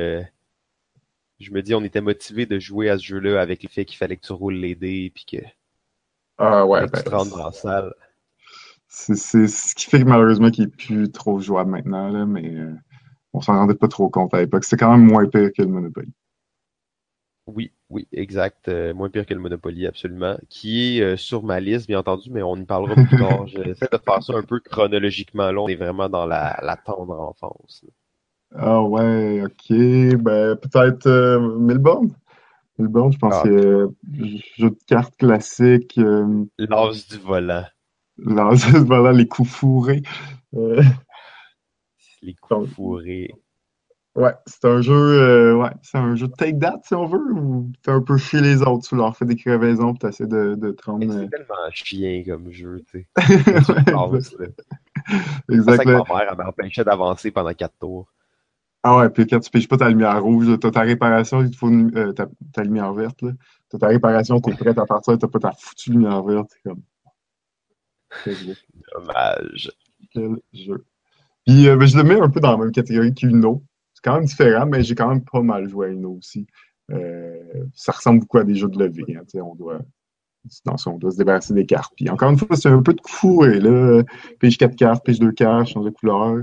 Je me dis, on était motivé de jouer à ce jeu-là avec le fait qu'il fallait que tu roules les dés puis que Ah ouais, fallait que ben, tu te rendes dans la salle. c'est ce qui fait que malheureusement qu'il est plus trop jouable maintenant, là, mais on s'en rendait pas trop compte à l'époque. C'était quand même moins pire que le Monopoly. Oui, oui, exact. Moins pire que le Monopoly, absolument. Qui est sur ma liste, bien entendu, mais on y parlera plus tard. J'essaie de faire ça un peu chronologiquement. Là, on est vraiment dans la tendre enfance. Ah ouais, ok. Ben, peut-être Melbourne. Melbourne, je pense que Ah, mais jeu de cartes classique, l'as du volant, là, voilà, les coups fourrés. Euh, les coups donc, fourrés. ouais, ouais, c'est un jeu de take that si on veut, ou t'es un peu chez les autres, tu leur fais des crevaisons puis t'essaies de te Et rendre. c'est tellement chien comme jeu, tu sais. Quand tu y Ouais, penses, là. C'est exact, ça que là. ma mère, elle m'empêchait d'avancer pendant 4 tours. Ah ouais, puis quand tu piges pas ta lumière rouge, t'as ta réparation, il te faut ta lumière verte, là. T'as ta réparation, t'es prête à partir, t'as pas ta foutue lumière verte. C'est comme, quel jeu. Dommage. Quel jeu. Puis ben, je le mets un peu dans la même catégorie qu'Uno. C'est quand même différent, mais j'ai quand même pas mal joué à Uno aussi. Ça ressemble beaucoup à des jeux de levée, hein, tu sais, on doit se débarrasser des cartes. Puis encore une fois, c'est un peu de coup et là, pige 4 cartes, pige 2 cartes, change de couleur.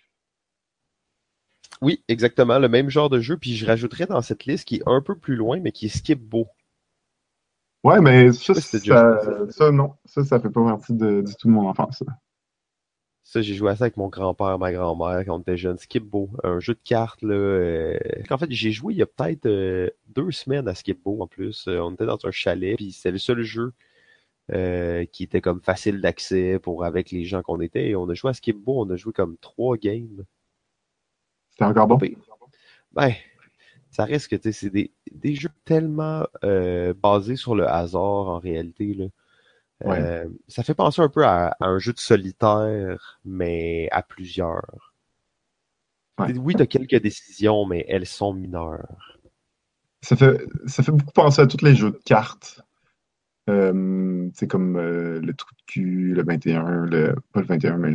Oui, exactement, le même genre de jeu. Puis je rajouterais dans cette liste qui est un peu plus loin, mais qui est Skip Bo. Ouais, mais Je sais pas si t'as déjà joué à ça. ça, non. Ça fait pas partie du tout de mon enfance, ça. Ça, j'ai joué à ça avec mon grand-père, ma grand-mère quand on était jeune. Skip Bo, un jeu de cartes là. En fait, j'ai joué il y a peut-être 2 semaines à Skip Bo en plus. On était dans un chalet, puis c'était le seul jeu qui était comme facile d'accès pour avec les gens qu'on était. Et on a joué à Skip Bo, on a joué comme 3 games. C'était encore Pas bon? pire. Ben, ça reste que tu sais, c'est des jeux tellement basés sur le hasard en réalité là. Ouais, Ça fait penser un peu à un jeu de solitaire, mais à plusieurs. ouais. Oui, t'as quelques décisions, mais elles sont mineures. Ça fait beaucoup penser à tous les jeux de cartes. C'est comme le trou de cul, le 21, pas le 21, mais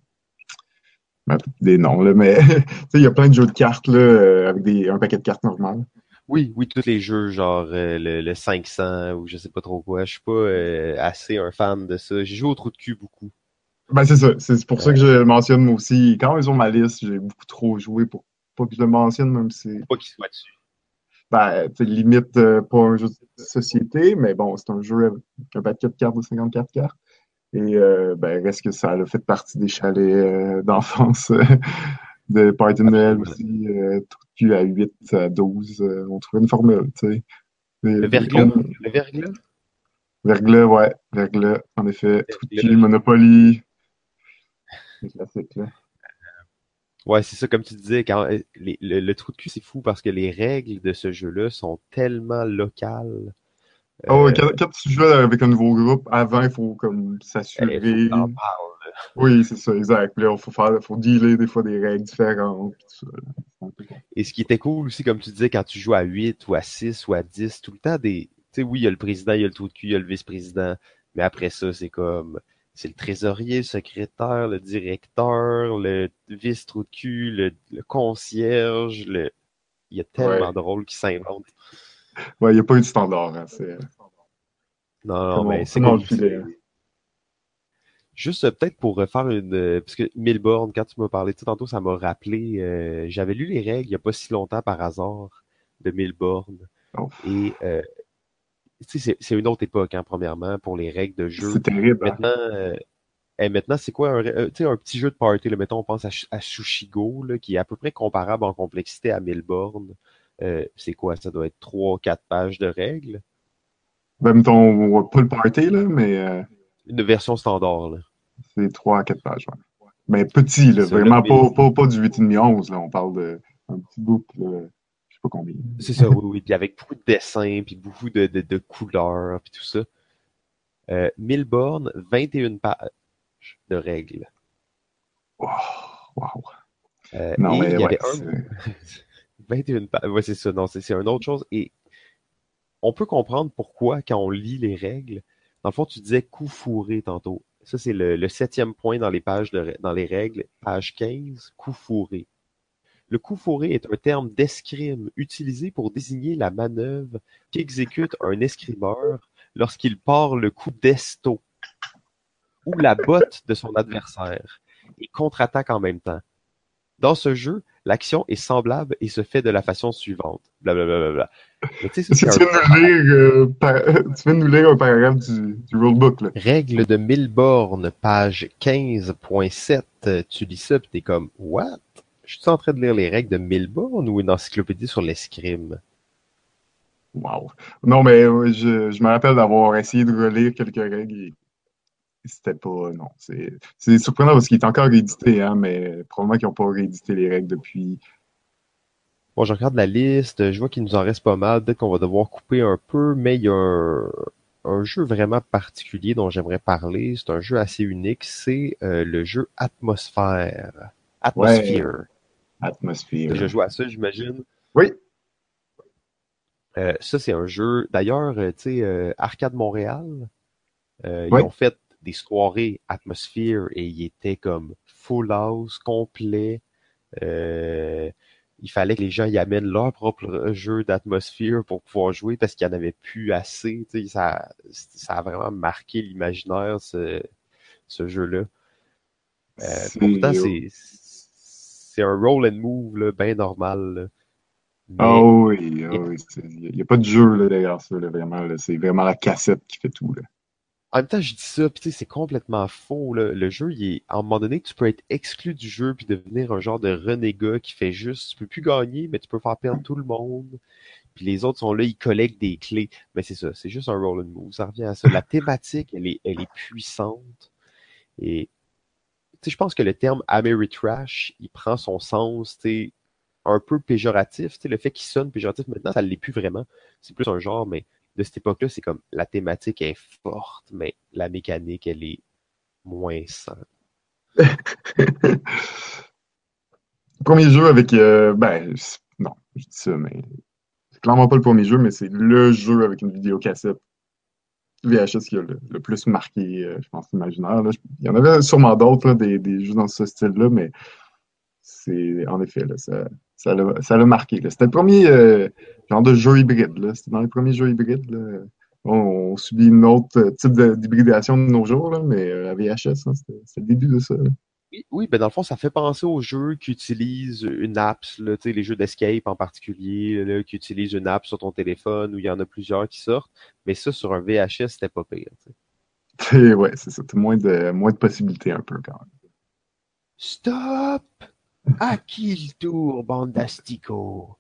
des noms, là, mais tu sais, il y a plein de jeux de cartes là, avec un paquet de cartes normales. Oui, oui, tous les jeux, genre le 500 ou je sais pas trop quoi. Je suis pas assez un fan de ça. J'ai joué au trou de cul beaucoup. Ben, c'est ça. C'est pour ça que je Euh, le mentionne moi aussi. Quand ils ont ma liste, j'ai beaucoup trop joué pour pas que je le mentionne, même si c'est pas qu'il soit dessus. ben, tu sais, limite pas un jeu de société, mais bon, c'est un jeu avec un paquet de cartes de 54 cartes. Et ben, reste que ça a fait partie des chalets d'enfance, de party de Noël Absolument. aussi, tout de cul à 8 à 12. On trouvait une formule, tu sais. Le verglas? Le verglas? Verglas, ouais, verglas, en effet. Tout de cul, Verglas. Monopoly, les classiques, là. Ouais, c'est ça, comme tu disais, quand le trou de cul, c'est fou parce que les règles de ce jeu-là sont tellement locales. Oh, ouais, Euh, quand tu joues avec un nouveau groupe, avant, il faut comme faut que s'assurer. t'en parles. Oui, c'est ça, exact. Puis là, faut dealer des fois des règles différentes. Puis tout ça, là. C'est un peu con. Et ce qui était cool aussi, comme tu disais, quand tu joues à 8 ou à 6 ou à 10, tout le temps des. Tu sais, oui, il y a le président, il y a le trou de cul, il y a le vice-président, mais après ça, c'est le trésorier, le secrétaire, le directeur, le vice-trou de cul, le concierge, il y a tellement Ouais. de rôles qui s'inventent. Ouais, il n'y a pas eu de standard, hein. C'est Non, non, mais c'est comme on le cool. filait, hein. Juste peut-être pour refaire parce que Milborn, quand tu m'as parlé de ça tantôt, ça m'a rappelé, j'avais lu les règles il y a pas si longtemps par hasard de Milborn. Oh, Et tu sais, c'est une autre époque, hein, premièrement, pour les règles de jeu. c'est terrible, hein. Maintenant, maintenant c'est quoi tu sais, un petit jeu de party, là, mettons, on pense à Sushigo, là, qui est à peu près comparable en complexité à Milborn. C'est quoi? Ça doit être 3, 4 pages de règles. Ben, mettons, pas le party, là, mais Une version standard, là. c'est 3 à 4 pages, ouais. Mais petit, C'est là, ça, là, vraiment pas du 8,5-11, là. On parle de un petit book, là, je sais pas combien. c'est ça, oui, oui. Puis avec beaucoup de dessins, puis beaucoup de couleurs, puis tout ça. 1000 bornes, 21 pages de règles. Wow, wow. Et Non, il mais y ouais, avait un... 21 pages, ouais, c'est ça, non, c'est une autre chose. Et on peut comprendre pourquoi quand on lit les règles. Dans le fond, tu disais coup fourré tantôt. Ça, c'est le septième point dans les pages dans les règles, page 15, coup fourré. Le coup fourré est un terme d'escrime utilisé pour désigner la manœuvre qu'exécute un escrimeur lorsqu'il part le coup d'esto ou la botte de son adversaire et contre-attaque en même temps. Dans ce jeu, l'action est semblable et se fait de la façon suivante. Blablabla. Mais tu sais, ça est-ce c'est que un tu viens peu de nous lire, tu viens de nous lire un paragraphe du rulebook, là? règle de Milborn, page 15.7. Tu lis ça pis t'es comme, what? Je suis en train de lire les règles de Milborn ou une encyclopédie sur l'escrime? Wow. Non, mais je me rappelle d'avoir essayé de relire quelques règles et c'était pas. Non. C'est surprenant parce qu'il est encore réédité, hein, mais probablement qu'ils n'ont pas réédité les règles depuis. Bon, je regarde la liste, je vois qu'il nous en reste pas mal. Peut-être qu'on va devoir couper un peu, mais il y a un jeu vraiment particulier dont j'aimerais parler. C'est un jeu assez unique. C'est le jeu Atmosphère. Ouais, Atmosphere. T'as déjà atmosphère. joué à ça, j'imagine. Oui, Ça, c'est un jeu. D'ailleurs, tu sais, Arcade Montréal, ils oui. ont fait des soirées Atmosphère et ils étaient comme full house, complet. Euh, il fallait que les gens y amènent leur propre jeu d'atmosphère pour pouvoir jouer parce qu'il n'y en avait plus assez. Tu sais, ça a vraiment marqué l'imaginaire, ce jeu-là. Pourtant, C'est. c'est un roll and move là, bien normal. Là. Ah Mais oui, ah oui. Il n'y a pas de jeu là, derrière ça, là, vraiment. Là. C'est vraiment la cassette qui fait tout. Là. en même temps, je dis ça, puis tu sais, c'est complètement faux. Là. Le jeu, à un moment donné, tu peux être exclu du jeu puis devenir un genre de renégat qui fait juste, tu peux plus gagner, mais tu peux faire perdre tout le monde. Puis les autres sont là, ils collectent des clés. Mais c'est ça, c'est juste un roll and move. Ça revient à ça. La thématique, elle est puissante. Et tu sais, je pense que le terme Ameritrash, il prend son sens, tu sais, un peu péjoratif. Tu sais, le fait qu'il sonne péjoratif maintenant, ça l'est plus vraiment. C'est plus un genre, mais de cette époque-là, c'est comme la thématique est forte, mais la mécanique, elle est moins simple. Premier jeu avec, non, je dis ça, mais c'est clairement pas le premier jeu, mais c'est le jeu avec une vidéocassette VHS qui a le plus marqué, je pense, l'imaginaire. Là. Il y en avait sûrement d'autres, là, des jeux dans ce style-là, mais c'est, en effet, là, ça l'a marqué. Là. C'était le premier genre de jeu hybride. Là. C'était dans les premiers jeux hybrides. Là. On subit un autre type d'hybridation de nos jours, là, mais la VHS, hein, c'était le début de ça. Là. Oui, oui, ben dans le fond, ça fait penser aux jeux qui utilisent une app, là, tu sais, les jeux d'escape en particulier, là, qui utilisent une app sur ton téléphone, où il y en a plusieurs qui sortent. Mais ça, sur un VHS, c'était pas pire. Tu sais. Ouais, c'est ça. T'as moins de possibilités un peu quand même. Stop! À qui le tour, bande d'asticots?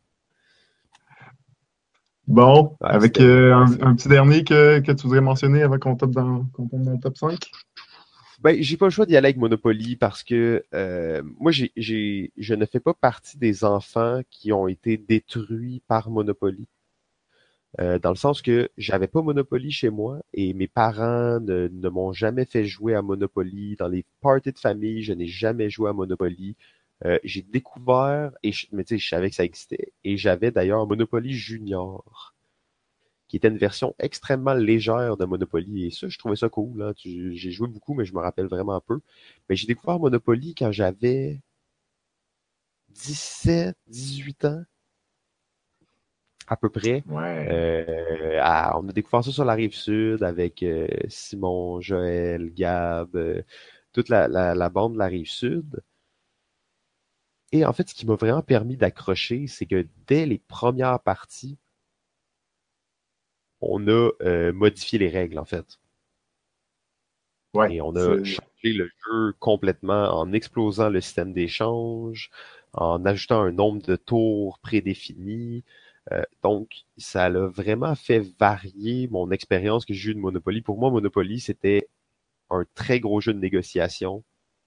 Bon, Ouais, avec c'était. un petit dernier que tu voudrais mentionner avant qu'on tombe dans le top 5. Ben, j'ai pas le choix d'y aller avec Monopoly parce que moi, je ne fais pas partie des enfants qui ont été détruits par Monopoly. Dans le sens que j'avais pas Monopoly chez moi et mes parents ne m'ont jamais fait jouer à Monopoly. Dans les parties de famille, je n'ai jamais joué à Monopoly. J'ai découvert, mais tu sais, je savais que ça existait, et j'avais d'ailleurs Monopoly Junior, qui était une version extrêmement légère de Monopoly. Et ça, je trouvais ça cool. Hein. J'ai joué beaucoup, mais je me rappelle vraiment peu. Mais j'ai découvert Monopoly quand j'avais 17, 18 ans, à peu près. Ouais. On a découvert ça sur la rive sud avec Simon, Joël, Gab, toute la bande de la rive sud. Et en fait, ce qui m'a vraiment permis d'accrocher, c'est que dès les premières parties, on a modifié les règles, en fait. Ouais. Et on a changé le jeu complètement en explosant le système d'échange, en ajoutant un nombre de tours prédéfinis. Donc, ça l'a vraiment fait varier mon expérience que j'ai eue de Monopoly. Pour moi, Monopoly, c'était un très gros jeu de négociation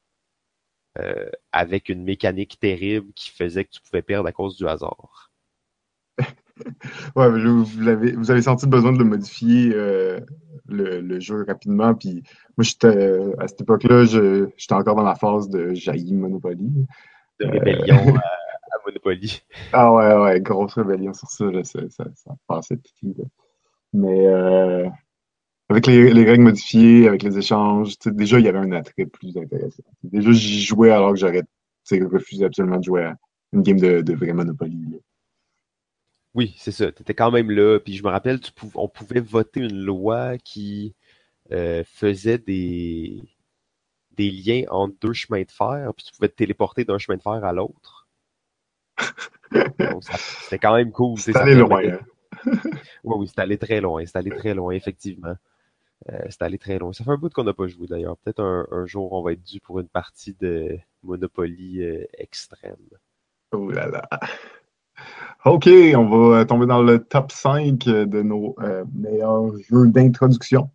avec une mécanique terrible qui faisait que tu pouvais perdre à cause du hasard. Ouais, vous avez senti le besoin de le modifier le jeu rapidement. Puis moi, à cette époque-là, j'étais encore dans la phase de jaillir Monopoly. De Euh, rébellion à Monopoly. ah ouais, ouais, grosse rébellion sur ça, là, ça passait pipi, là. Mais avec les règles modifiées, avec les échanges, tu sais, déjà, il y avait un attrait plus intéressant. Déjà, j'y jouais alors que j'aurais tu sais, refusé absolument de jouer à une game de vrai Monopoly. Là. Oui, c'est ça. Tu étais quand même là. Puis je me rappelle, on pouvait voter une loi qui faisait des liens entre deux chemins de fer, puis tu pouvais te téléporter d'un chemin de fer à l'autre. Donc, c'était quand même cool, tu sais, C'est ça allé loin, permettait. hein. Oui, oui, c'est allé très loin, effectivement. C'est allé très loin. Ça fait un bout qu'on n'a pas joué d'ailleurs. Peut-être un jour, on va être dû pour une partie de Monopoly extrême. Oh là là. OK, on va tomber dans le top 5 de nos meilleurs jeux d'introduction.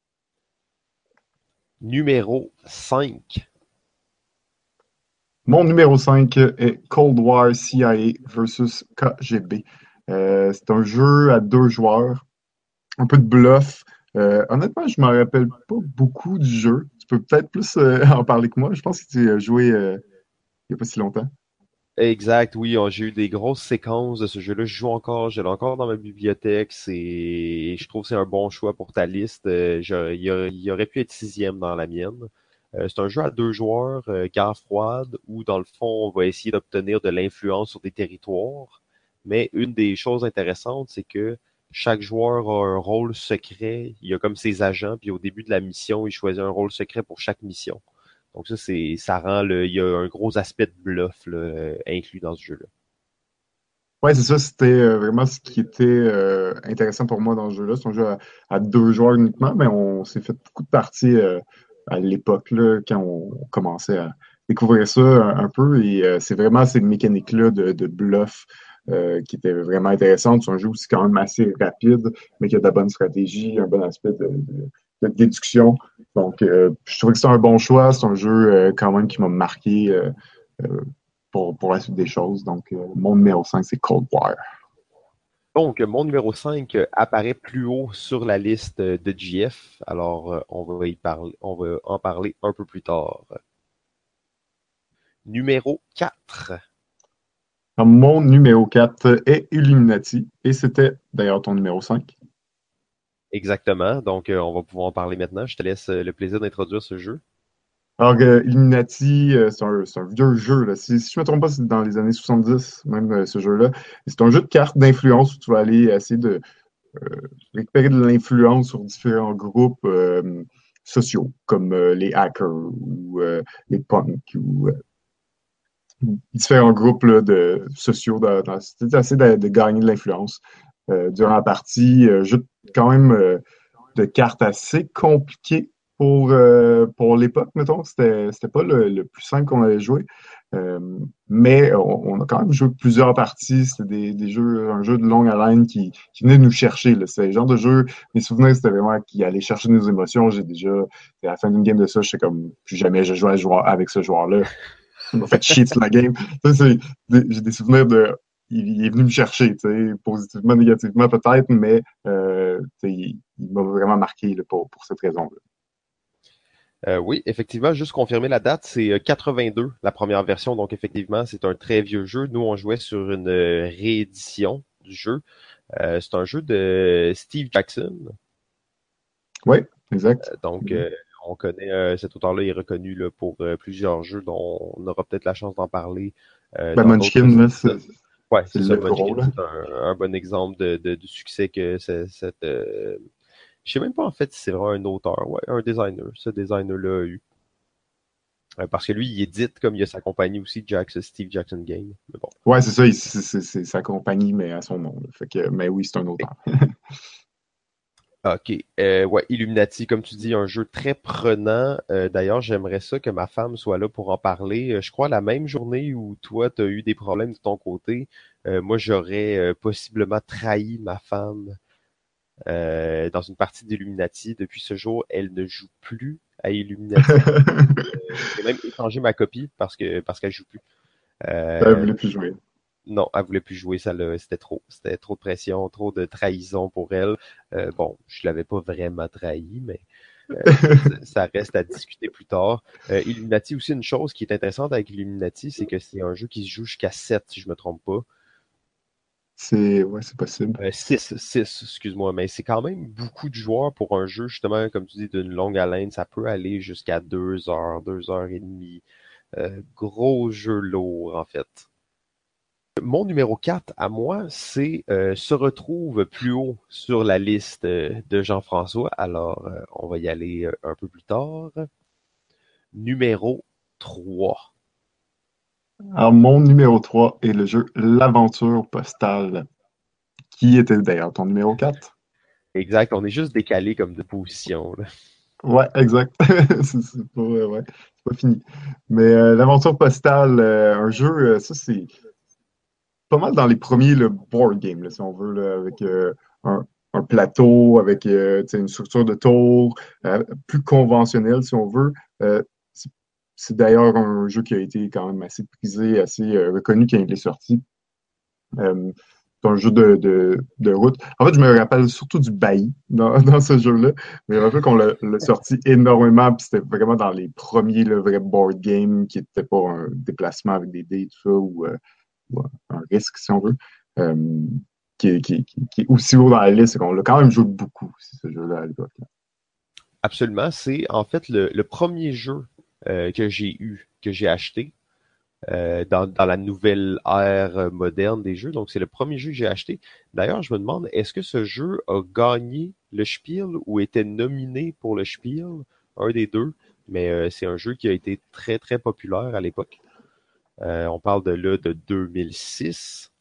Numéro 5. Mon numéro 5 est Cold War CIA versus KGB. C'est un jeu à deux joueurs, un peu de bluff. Honnêtement, je ne me rappelle pas beaucoup du jeu. Tu peux peut-être plus en parler que moi. Je pense que tu as joué il n'y a pas si longtemps. Exact, oui, j'ai eu des grosses séquences de ce jeu-là. Je joue encore, je l'ai encore dans ma bibliothèque. Je trouve que c'est un bon choix pour ta liste. Il aurait pu être sixième dans la mienne. C'est un jeu à deux joueurs, guerre froide, où dans le fond, on va essayer d'obtenir de l'influence sur des territoires. Mais une des choses intéressantes, c'est que chaque joueur a un rôle secret. Il a comme ses agents, puis au début de la mission, il choisit un rôle secret pour chaque mission. Donc ça rend il y a un gros aspect de bluff là, inclus dans ce jeu-là. Ouais, c'est ça, c'était vraiment ce qui était intéressant pour moi dans ce jeu-là. C'est un jeu à deux joueurs uniquement, mais on s'est fait beaucoup de parties à l'époque, là, quand on commençait à découvrir ça un peu. Et c'est vraiment ces mécaniques-là de bluff qui étaient vraiment intéressantes. C'est un jeu aussi quand même assez rapide, mais qui a de la bonne stratégie, un bon aspect de déduction. Donc, je trouvais que c'est un bon choix. C'est un jeu quand même qui m'a marqué. Euh, pour la suite des choses. Donc, mon numéro 5, c'est Cold War. Donc, mon numéro 5 apparaît plus haut sur la liste de GF. Alors, on va en parler un peu plus tard. Numéro 4. Alors, mon numéro 4 est Illuminati, et c'était d'ailleurs ton numéro 5. Exactement. Donc, on va pouvoir en parler maintenant. Je te laisse le plaisir d'introduire ce jeu. Alors, Illuminati, c'est un vieux jeu, là. Si je ne me trompe pas, c'est dans les années 70, même ce jeu-là. Et c'est un jeu de cartes d'influence où tu vas aller essayer de récupérer de l'influence sur différents groupes sociaux, comme les hackers ou les punks ou différents groupes là, sociaux. C'était essayer de gagner de l'influence. Durant la partie, jeu quand même de cartes assez compliqué pour l'époque, mettons. C'était pas le plus simple qu'on avait joué. Euh, mais on a quand même joué plusieurs parties. C'était des jeux, un jeu de longue haleine qui venait nous chercher. Là. C'est le genre de jeu, mes souvenirs, c'était vraiment qui allait chercher nos émotions. À la fin d'une game de ça, j'étais comme, plus jamais je joue avec ce joueur-là. Il m'a fait chier toute la game. J'ai des souvenirs de, il est venu me chercher, positivement, négativement peut-être, mais il m'a vraiment marqué là, pour cette raison-là. Oui, effectivement, juste confirmer la date, c'est 82, la première version. Donc, effectivement, c'est un très vieux jeu. Nous, on jouait sur une réédition du jeu. C'est un jeu de Steve Jackson. Oui, exact. Donc, on connaît cet auteur-là, il est reconnu là, pour plusieurs jeux dont on aura peut-être la chance d'en parler Ben, dans d'autres Munchkin, là, épisodes. Ouais, c'est c'est ça, le gros, Munchkin, là. c'est un bon exemple du succès que cette... je sais même pas en fait si c'est vraiment un auteur, ouais, un designer. Ce designer-là a eu. Parce que lui, il édite comme il y a sa compagnie aussi, Steve Jackson Game. Mais bon. Ouais, c'est ça, c'est sa compagnie, mais à son nom. Là. Fait que, mais oui, c'est un auteur. Ok. Ouais, Illuminati, comme tu dis, un jeu très prenant. D'ailleurs, j'aimerais ça que ma femme soit là pour en parler. Je crois la même journée où toi, tu as eu des problèmes de ton côté, moi, j'aurais possiblement trahi ma femme dans une partie d'Illuminati. Depuis ce jour, elle ne joue plus à Illuminati. J'ai même échangé ma copie parce qu'elle joue plus. Elle voulait Euh, plus jouer. Non, elle voulait plus jouer, c'était trop. C'était trop de pression, trop de trahison pour elle. Bon, je l'avais pas vraiment trahi, mais ça reste à discuter plus tard. Illuminati aussi, une chose qui est intéressante avec Illuminati, c'est que c'est un jeu qui se joue jusqu'à 7, si je me trompe pas. Ouais, c'est possible. 6, excuse-moi, mais c'est quand même beaucoup de joueurs pour un jeu, justement, comme tu dis, d'une longue haleine. Ça peut aller jusqu'à 2 heures, 2 heures et demie. Gros jeu lourd, en fait. Mon numéro 4 à moi, se retrouve plus haut sur la liste de Jean-François. Alors, on va y aller un peu plus tard. Numéro 3. Alors, mon numéro 3 est le jeu L'Aventure Postale, qui était d'ailleurs ton numéro 4. Exact, on est juste décalé comme de position, là. Ouais, exact. C'est pas fini. Mais l'aventure postale, un jeu, ça c'est pas mal dans les premiers le board game, là, si on veut, là, avec un, un plateau, avec tu sais, une structure de tour, plus conventionnelle, si on veut. Euh, c'est c'est d'ailleurs un jeu qui a été quand même assez prisé, assez reconnu quand il est sorti. Euh, c'est un jeu de route. En fait, je me rappelle surtout du bailli dans ce jeu-là. Mais je me rappelle qu'on l'a sorti énormément, puis c'était vraiment dans les premiers le vrai board game qui n'était pas un déplacement avec des dés et tout ça, ou un risque, si on veut. Euh, qui est aussi haut dans la liste, c'est qu'on l'a quand même joué beaucoup, ce jeu-là, à l'époque. Absolument, c'est en fait le premier jeu que j'ai acheté dans la nouvelle ère moderne des jeux. Donc, c'est le premier jeu que j'ai acheté. D'ailleurs, je me demande, est-ce que ce jeu a gagné le Spiel ou était nominé pour le Spiel? Un des deux. Mais c'est un jeu qui a été très, très populaire à l'époque. On parle de 2006.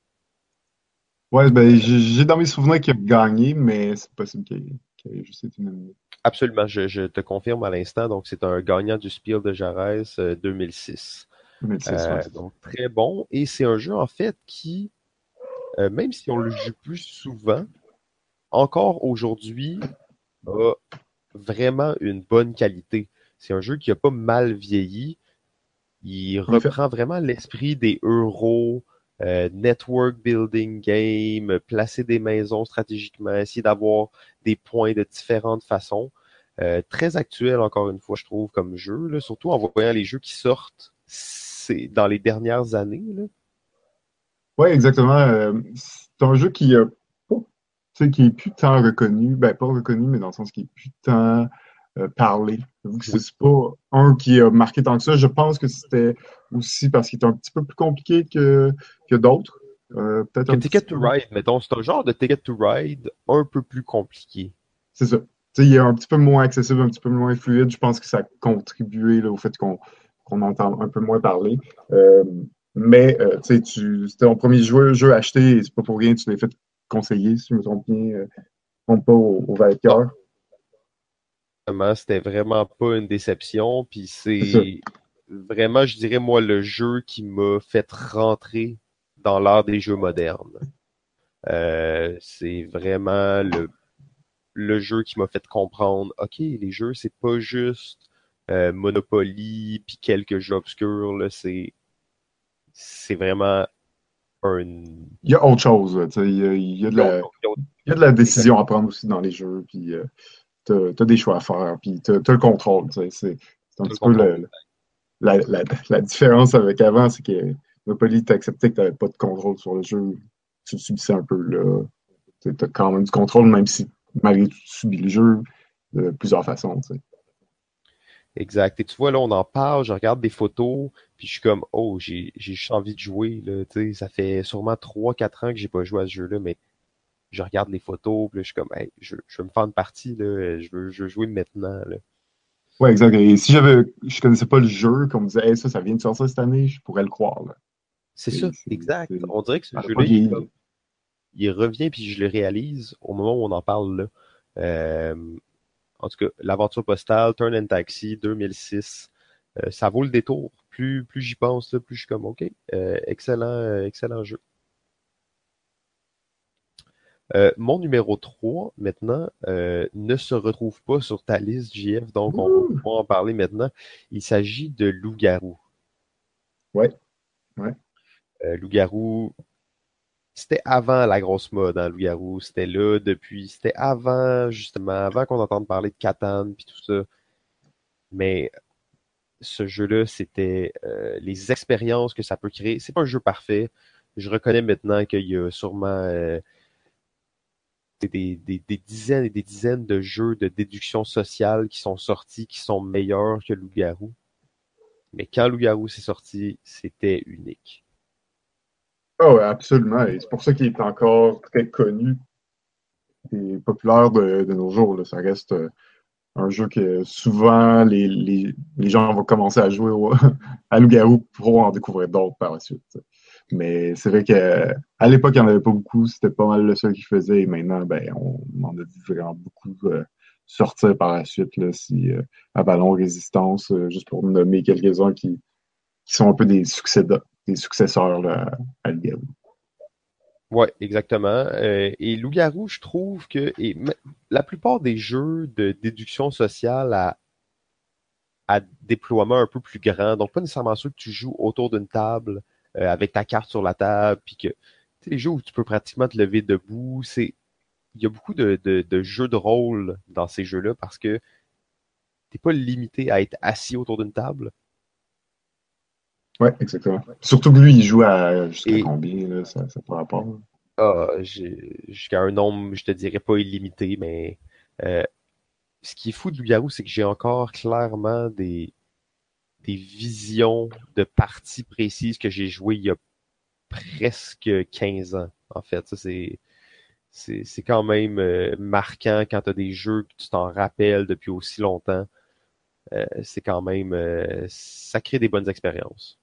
Ouais, ben, j'ai dans mes souvenirs qu'il a gagné, mais c'est possible qu'il ait juste été nominé. Absolument, je te confirme à l'instant. Donc, c'est un gagnant du Spiel de Jarez 2006. 2006, ouais. Donc, très bon. Et c'est un jeu, en fait, qui, même si on le joue plus souvent, encore aujourd'hui, a vraiment une bonne qualité. C'est un jeu qui a pas mal vieilli. Il En effet. reprend vraiment l'esprit des euros, network building game, placer des maisons stratégiquement, essayer d'avoir des points de différentes façons. Très actuel, encore une fois, je trouve, comme jeu, là, surtout en voyant les jeux qui sortent c'est dans les dernières années. Là. Ouais, exactement. C'est un jeu qui, tu sais, qui est plus tant reconnu, ben pas reconnu, mais dans le sens qui est plus tant parlé. J'avoue que Oui. c'est pas un qui a marqué tant que ça. Je pense que c'était aussi parce qu'il est un petit peu plus compliqué que d'autres. Peut-être Que un petit Ticket to peu. Ride, mettons, c'est un genre de Ticket to Ride un peu plus compliqué. C'est ça. Tu sais, il est un petit peu moins accessible, un petit peu moins fluide. Je pense que ça a contribué là, au fait qu'on entend un peu moins parler. Mais tu sais, c'était ton premier jeu acheté et c'est pas pour rien, tu l'as fait conseiller, si je me trompe bien, trompe pas au Non, Valkyr. vraiment, c'était vraiment pas une déception, puis C'est ça. c'est vraiment, je dirais, moi, le jeu qui m'a fait rentrer dans l'art des jeux modernes. C'est vraiment le jeu qui m'a fait comprendre, OK, les jeux, c'est pas juste Monopoly puis quelques jeux obscurs, là, c'est vraiment un... Il y a autre chose, là, tu sais, il y a de la Exact. décision à prendre aussi dans les jeux, puis t'as des choix à faire, puis t'as le contrôle, tu sais. C'est un Tout le petit peu contrôle. la différence avec avant, c'est que Monopoly, t'acceptais que t'avais pas de contrôle sur le jeu, tu le subissais un peu, là. Tu as quand même du contrôle, même si malgré tout, tu subis le jeu de plusieurs façons, tu sais. Exact. Et tu vois, là, on en parle, je regarde des photos, puis je suis comme, oh, j'ai juste envie de jouer, là, tu sais, ça fait sûrement 3 4 ans que j'ai pas joué à ce jeu-là, mais je regarde les photos, puis là, je suis comme, hey, je veux me faire une partie, là, je veux jouer maintenant, là. Ouais, exact. Et si je connaissais pas le jeu, qu'on me disait, hey, ça vient de sortir cette année, je pourrais le croire, là. C'est ça, exact. On dirait que ce Ça n'a pas jeu-là, vieilli, là. il revient, puis je le réalise au moment où on en parle, là. Euh, En tout cas, l'aventure postale, Turn and Taxi, 2006, ça vaut le détour. Plus j'y pense, là, plus je suis comme, OK, excellent jeu. Mon numéro 3 maintenant, ne se retrouve pas sur ta liste, JF, donc on va Ouh! pouvoir en parler maintenant. Il s'agit de Loup-garou. Ouais, ouais. Loup-garou, c'était avant la grosse mode, hein, Loup-garou. C'était là depuis, c'était avant, justement, avant qu'on entende parler de Catan puis tout ça. Mais ce jeu-là, c'était les expériences que ça peut créer. C'est pas un jeu parfait. Je reconnais maintenant qu'il y a sûrement des dizaines et des dizaines de jeux de déduction sociale qui sont sortis, qui sont meilleurs que Loup-garou. Mais quand Loup-garou s'est sorti, c'était unique. Ah ouais, absolument. Et c'est pour ça qu'il est encore très connu et populaire de nos jours, là. Ça reste un jeu que souvent les gens vont commencer à jouer à Loup-garou pour en découvrir d'autres par la suite, tu sais. Mais c'est vrai qu'à l'époque, il n'y en avait pas beaucoup. C'était pas mal le seul qui faisait. Et maintenant, ben, on en a vu vraiment beaucoup sortir par la suite. Là, si, Avalon, Résistance, juste pour nommer quelques-uns qui sont un peu des successeurs là, à Loup-garou. Ouais, exactement. Et Loup-garou, je trouve que la plupart des jeux de déduction sociale à déploiement un peu plus grand, donc pas nécessairement ceux que tu joues autour d'une table avec ta carte sur la table, puis que tu sais, les jeux où tu peux pratiquement te lever debout, il y a beaucoup de jeux de rôle dans ces jeux-là parce que t'es pas limité à être assis autour d'une table. Ouais, exactement. Surtout que lui, il joue à jusqu'à Et combien, là, ça par rapport. jusqu'à un nombre, je te dirais pas illimité, mais euh, ce qui est fou de Loup-garou, c'est que j'ai encore clairement des visions de parties précises que j'ai jouées il y a presque 15 ans. En fait, ça c'est quand même marquant quand tu as des jeux que tu t'en rappelles depuis aussi longtemps. C'est quand même ça crée des bonnes expériences.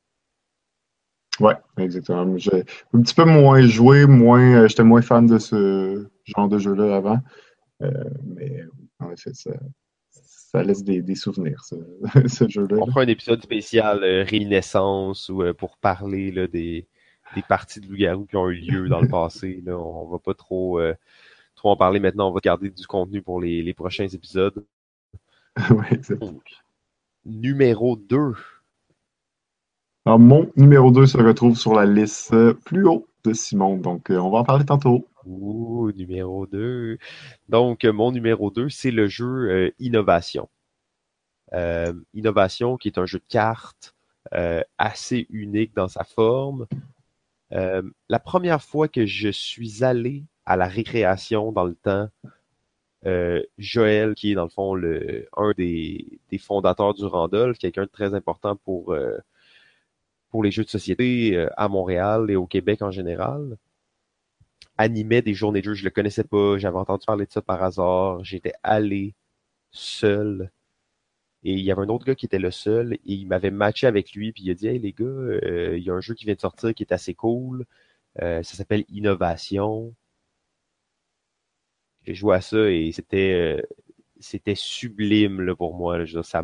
Ouais, exactement. J'ai un petit peu moins joué, j'étais moins fan de ce genre de jeu-là avant. Mais en effet, ça laisse des souvenirs, ce jeu-là, On là. fera un épisode spécial Réminiscence ou pour parler là, des parties de loup-garou qui ont eu lieu dans le passé. Là. On va pas trop en parler maintenant. On va garder du contenu pour les prochains épisodes. Ouais, exact. Donc, numéro 2. Alors, mon numéro 2 se retrouve sur la liste plus haut de Simon, donc on va en parler tantôt. Ouh, numéro 2. Donc, mon numéro 2, c'est le jeu Innovation. Innovation, qui est un jeu de cartes assez unique dans sa forme. La première fois que je suis allé à la récréation dans le temps, Joël, qui est dans le fond un des fondateurs du Randolph, quelqu'un de très important pour les jeux de société à Montréal et au Québec en général, animait des journées de jeux. Je le connaissais pas, j'avais entendu parler de ça par hasard, j'étais allé seul. Et il y avait un autre gars qui était le seul et il m'avait matché avec lui puis il a dit hey les gars, il y a un jeu qui vient de sortir qui est assez cool. Ça s'appelle Innovation. J'ai joué à ça et c'était sublime là, pour moi. Là. Je veux dire,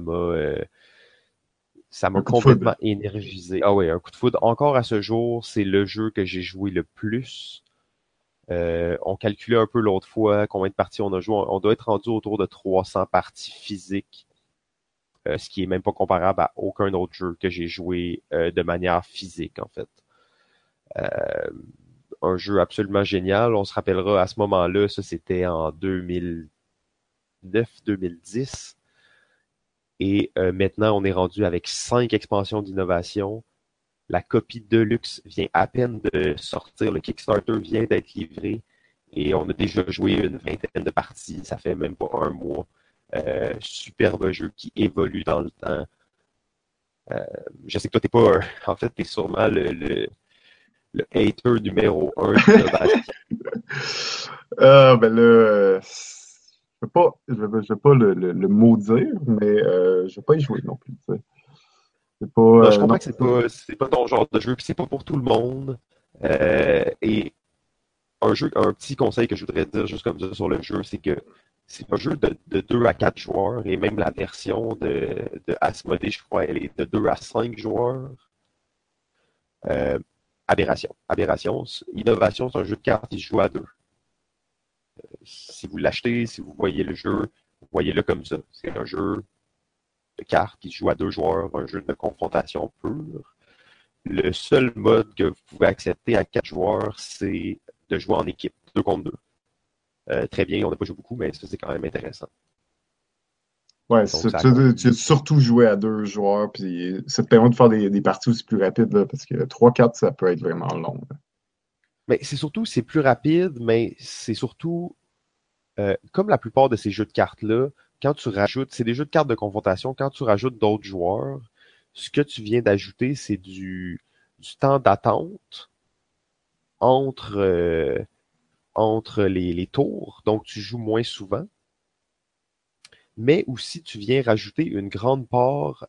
ça m'a Un coup de foudre. complètement énergisé. Ah ouais, un coup de foudre. Encore à ce jour, c'est le jeu que j'ai joué le plus. On calculait un peu l'autre fois combien de parties on a joué. On doit être rendu autour de 300 parties physiques, ce qui est même pas comparable à aucun autre jeu que j'ai joué de manière physique en fait. Euh, un jeu absolument génial. On se rappellera à ce moment-là, ça c'était en 2009-2010. Et maintenant, on est rendu avec 5 expansions d'innovation. La copie Deluxe vient à peine de sortir. Le Kickstarter vient d'être livré. Et on a déjà joué une vingtaine de parties. Ça fait même pas un mois. Superbe jeu qui évolue dans le temps. Je sais que toi, t'es pas... en fait, t'es sûrement le hater numéro un d'innovation. Ben là, je vais pas le maudire, mais je vais pas y jouer non plus. Tu sais. C'est pas, Non, je comprends non. que c'est pas ton genre de jeu, puis c'est pas pour tout le monde. Et un petit conseil que je voudrais dire juste comme ça sur le jeu, c'est que c'est un jeu de 2 à 4 joueurs, et même la version de Asmodée, je crois, elle est de 2 à 5 joueurs. Euh, Aberration. Aberration. Innovation, c'est un jeu de cartes qui se joue à deux. Si vous l'achetez, si vous voyez le jeu, voyez-le comme ça. C'est un jeu de cartes qui se joue à 2 joueurs, un jeu de confrontation pure. Le seul mode que vous pouvez accepter à 4 joueurs, c'est de jouer en équipe, 2 contre 2. Très bien, on n'a pas joué beaucoup, mais ça, c'est quand même intéressant. Ouais, Donc, ça tu as accomplit. surtout joué à deux joueurs, puis ça te permet de faire des parties aussi plus rapides, là, parce que 3-4, ça peut être vraiment long. Là. Mais c'est plus rapide, mais c'est surtout, comme la plupart de ces jeux de cartes-là, quand tu rajoutes, c'est des jeux de cartes de confrontation, quand tu rajoutes d'autres joueurs, ce que tu viens d'ajouter, c'est du temps d'attente entre, entre les tours, donc tu joues moins souvent, mais aussi tu viens rajouter une grande part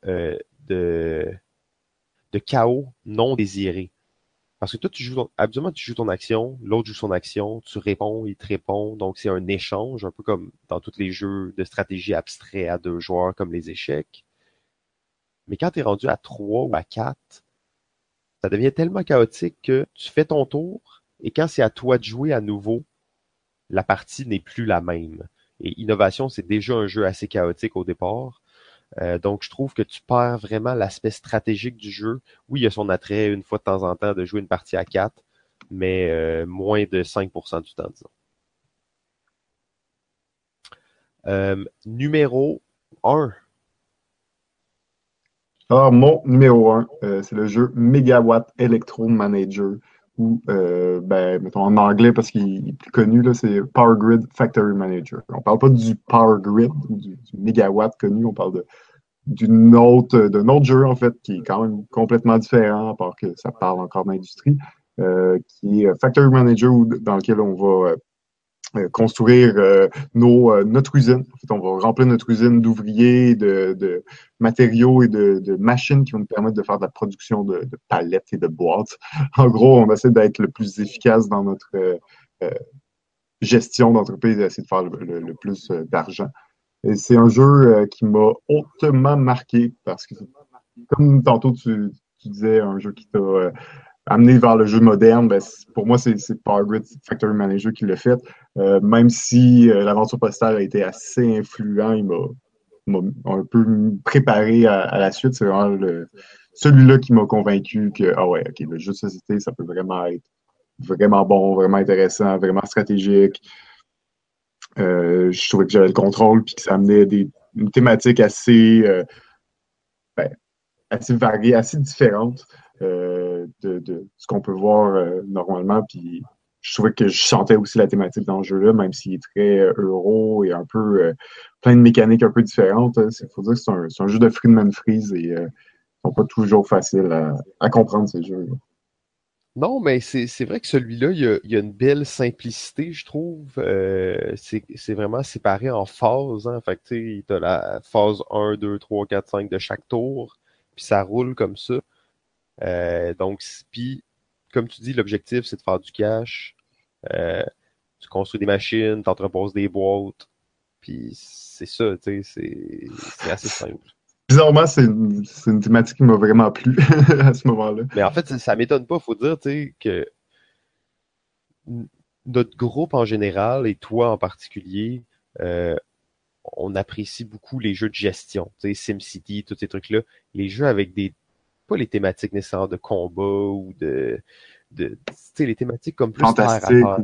de chaos non désiré. Parce que toi, habituellement, tu joues ton action, l'autre joue son action, tu réponds, il te répond, donc c'est un échange, un peu comme dans tous les jeux de stratégie abstraits à 2 joueurs, comme les échecs. Mais quand tu es rendu à 3 ou à 4, ça devient tellement chaotique que tu fais ton tour, et quand c'est à toi de jouer à nouveau, la partie n'est plus la même. Et Innovation, c'est déjà un jeu assez chaotique au départ. Donc, je trouve que tu perds vraiment l'aspect stratégique du jeu. Oui, il y a son attrait une fois de temps en temps de jouer une partie à 4, mais moins de 5% du temps, disons. Numéro un. Alors, mon numéro un, c'est le jeu Megawatt Electro Manager, ou, ben, mettons en anglais, parce qu'il est plus connu, là, c'est Power Grid Factory Manager. On parle pas du Power Grid ou du Megawatt connu, on parle d'un autre jeu, en fait, qui est quand même complètement différent, à part que ça parle encore d'industrie, qui est Factory Manager, dans lequel on va construire notre usine. En fait, on va remplir notre usine d'ouvriers, de matériaux et de machines qui vont nous permettre de faire de la production de palettes et de boîtes. En gros, on essaie d'être le plus efficace dans notre euh, gestion d'entreprise et essayer de faire le plus d'argent. Et c'est un jeu qui m'a hautement marqué parce que, comme tantôt tu disais, un jeu qui t'a amené vers le jeu moderne, ben, pour moi, c'est Power Grid Factory Manager qui l'a fait. Même si l'aventure postale a été assez influent, il m'a un peu préparé à la suite. C'est vraiment celui-là qui m'a convaincu que, ah ouais, ok, le jeu de société, ça peut vraiment être vraiment bon, vraiment intéressant, vraiment stratégique. Je trouvais que j'avais le contrôle, puis que ça amenait une thématique ben, assez variée, assez différente de ce qu'on peut voir normalement. Puis je trouvais que je sentais aussi la thématique dans le jeu-là, même s'il est très euro et un peu plein de mécaniques un peu différentes. Il faut dire que c'est un jeu de Friedman Freeze et ils sont pas toujours faciles à comprendre ces jeux. Non, mais c'est vrai que celui-là, il y a une belle simplicité, je trouve. C'est vraiment séparé en phases, hein. Fait que tu sais, t'as la phase 1, 2, 3, 4, 5 de chaque tour, puis ça roule comme ça. Donc, puis, comme tu dis, l'objectif, c'est de faire du cash. Euh, Tu construis des machines, t'entreposes des boîtes, puis c'est ça, tu sais, c'est assez simple. Bizarrement, c'est une thématique qui m'a vraiment plu à ce moment-là. Mais en fait, ça m'étonne pas, faut dire, tu sais, que notre groupe en général, et toi en particulier, euh, on apprécie beaucoup les jeux de gestion, tu sais, SimCity, tous ces trucs-là. Les jeux avec pas les thématiques nécessaires de combat ou tu sais, les thématiques comme plus terre à Fantastique. terre.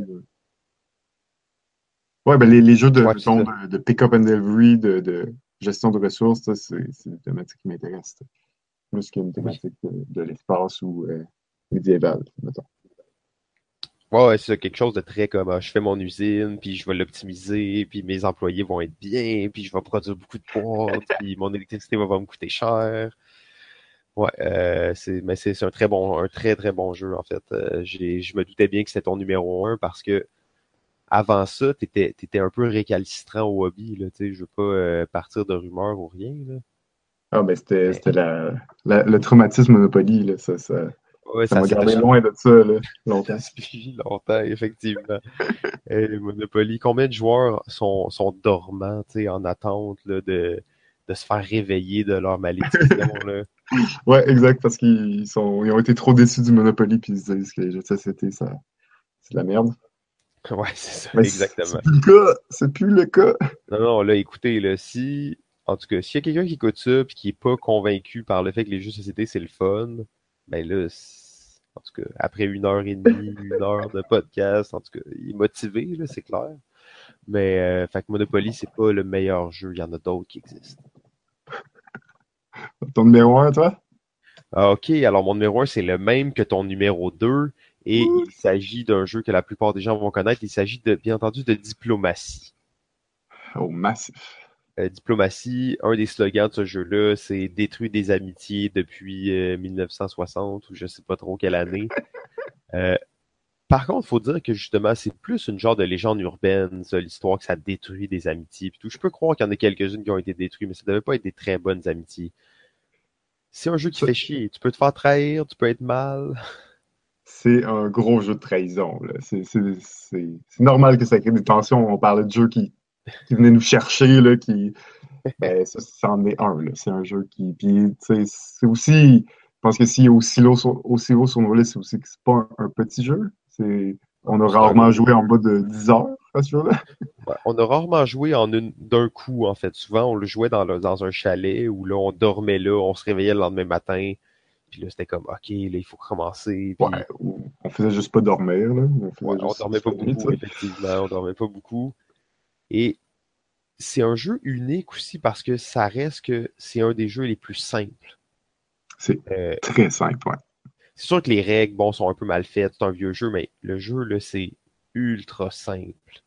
Ouais, ben les jeux Ouais, c'est mettons, ça. de pick-up and delivery, de gestion de ressources, ça, c'est des thématiques qui m'intéressent. Plus qu'une Oui. thématique de l'espace ou médiévale, mettons. Ouais, ouais, c'est ça, quelque chose de très comme je fais mon usine, puis je vais l'optimiser, puis mes employés vont être bien, puis je vais produire beaucoup de boîtes, puis mon électricité va me coûter cher. Ouais, mais c'est un très très bon jeu en fait. Je me doutais bien que c'était ton numéro un parce que avant ça, t'étais un peu récalcitrant au hobby, là, tu sais, je veux pas partir de rumeurs ou rien, là. Ah, ben Mais c'était le traumatisme Monopoly, là, ouais, ça m'a ça t'a gardé loin de ça, là, longtemps. suivi longtemps, effectivement. Monopoly, combien de joueurs sont dormants, tu sais, en attente là, de se faire réveiller de leur malédiction, là. Ouais, exact, parce ils ont été trop déçus du Monopoly, puis ils se disent que les jeux de société, ça, c'est de la merde. Ouais, c'est ça, Mais c'est exactement. plus le cas, c'est plus le cas. Non, non, là, écoutez, là, en tout cas, s'il y a quelqu'un qui écoute ça puis qui est pas convaincu par le fait que les jeux de société, c'est le fun, ben là, en tout cas, après 1 heure et demie, 1 heure de podcast, en tout cas, il est motivé, là, c'est clair. Mais, fait que Monopoly, c'est pas le meilleur jeu, il y en a d'autres qui existent. Ton numéro un, toi? Ah, ok, alors mon numéro un, c'est le même que ton numéro 2, et Ouh. il s'agit d'un jeu que la plupart des gens vont connaître, il s'agit bien entendu de diplomatie. Oh, massif. Diplomatie, un des slogans de ce jeu-là, c'est détruire des amitiés depuis 1960 ou je sais pas trop quelle année. Euh, Par contre, faut dire que justement, c'est plus une genre de légende urbaine, ça, l'histoire que ça détruit des amitiés pis tout. Je peux croire qu'il y en a quelques-unes qui ont été détruites, mais ça devait pas être des très bonnes amitiés. C'est un jeu qui Ça, fait chier. Tu peux te faire trahir, tu peux être mal. c'est un gros jeu de trahison, là. C'est normal que ça crée des tensions. On parlait de jeux qui venaient nous chercher, là, ben, ça en est un, là. C'est un jeu puis, tu sais, c'est aussi, je pense que s'il est aussi haut sur nos listes, c'est aussi que c'est pas un petit jeu. On a C'est un rarement gros joué en jeu. bas de 10 heures à ce jeu-là. Ouais, on a rarement joué d'un coup, en fait. Souvent, on le jouait dans un chalet où là, on dormait là, on se réveillait le lendemain matin. Puis là, c'était comme, OK, là, il faut recommencer. Ouais, Puis, on faisait juste pas dormir, là. On ouais, faisait on juste dormait pas chiller, tu beaucoup, sais. effectivement. On dormait pas beaucoup. Et c'est un jeu unique aussi parce que ça reste que c'est un des jeux les plus simples. C'est Euh, très simple, ouais. c'est sûr que les règles, bon, sont un peu mal faites. C'est un vieux jeu, mais le jeu, là, c'est ultra simple.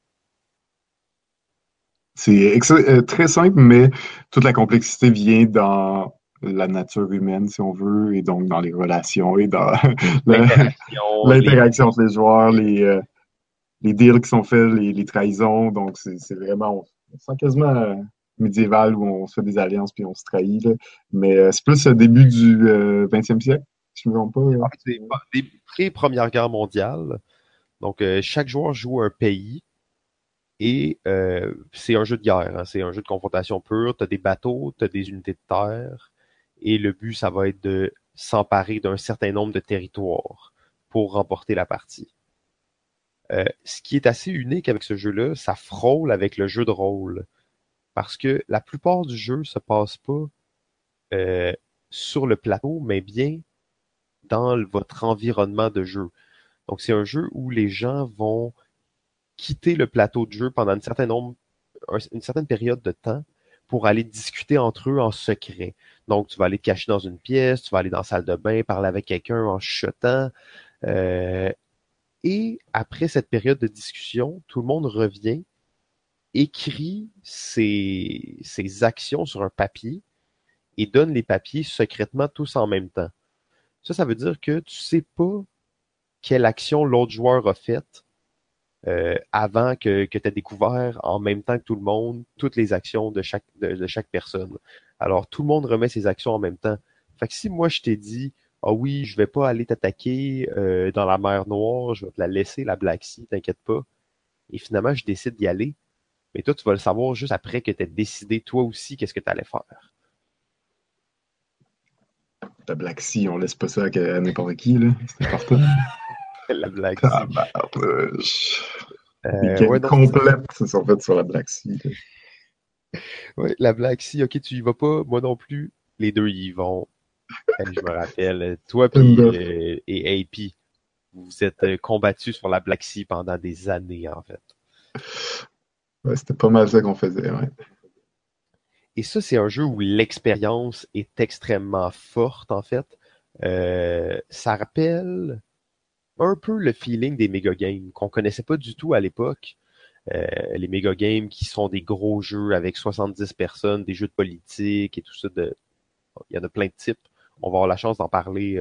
Très simple, mais toute la complexité vient dans la nature humaine, si on veut, et donc dans les relations et dans la- L'interaction, l'interaction entre les joueurs, les deals qui sont faits, les trahisons. Donc, c'est vraiment, on sent quasiment médiéval où on se fait des alliances puis on se trahit, là. Mais c'est plus le début du 20e siècle, si je ne me trompe pas. en fait, c'est des pré-Première Guerre mondiale. Donc, chaque joueur joue un pays. Et c'est un jeu de guerre, hein, c'est un jeu de confrontation pure. T'as des bateaux, t'as des unités de terre, et le but, ça va être de s'emparer d'un certain nombre de territoires pour remporter la partie. Ce qui est assez unique avec ce jeu-là, ça frôle avec le jeu de rôle, parce que la plupart du jeu se passe pas euh, sur le plateau, mais bien dans votre environnement de jeu. Donc, c'est un jeu où les gens vont quitter le plateau de jeu pendant une certaine période de temps pour aller discuter entre eux en secret. Donc, tu vas aller te cacher dans une pièce, tu vas aller dans la salle de bain, parler avec quelqu'un en chuchotant. Euh, et après cette période de discussion, tout le monde revient, écrit ses actions sur un papier et donne les papiers secrètement tous en même temps. Ça veut dire que tu sais pas quelle action l'autre joueur a faite avant que tu aies découvert en même temps que tout le monde toutes les actions de chaque personne. Alors, tout le monde remet ses actions en même temps. Fait que si moi, je t'ai dit, ah oui, je vais pas aller t'attaquer dans la mer Noire, je vais te la laisser, la Black Sea, t'inquiète pas. Et finalement, je décide d'y aller. Mais toi, tu vas le savoir juste après que tu aies décidé toi aussi qu'est-ce que tu allais faire. La Black Sea, on laisse pas ça à n'importe qui, là. C'est important. La Black Sea. Tabarnouche. Des Ouais, games non, complètes se sont faites sur la Black Sea, là. ouais, la Black Sea, ok, tu y vas pas, moi non plus. Les deux y vont. Je me rappelle, toi Une puis de- et AP, vous vous êtes combattus sur la Black Sea pendant des années, en fait. Ouais, c'était pas mal ça qu'on faisait, ouais. Et ça, c'est un jeu où l'expérience est extrêmement forte, en fait. Ça rappelle un peu le feeling des méga games qu'on connaissait pas du tout à l'époque. Les méga games qui sont des gros jeux avec 70 personnes, des jeux de politique et tout ça. Il y en a plein de types. On va avoir la chance d'en parler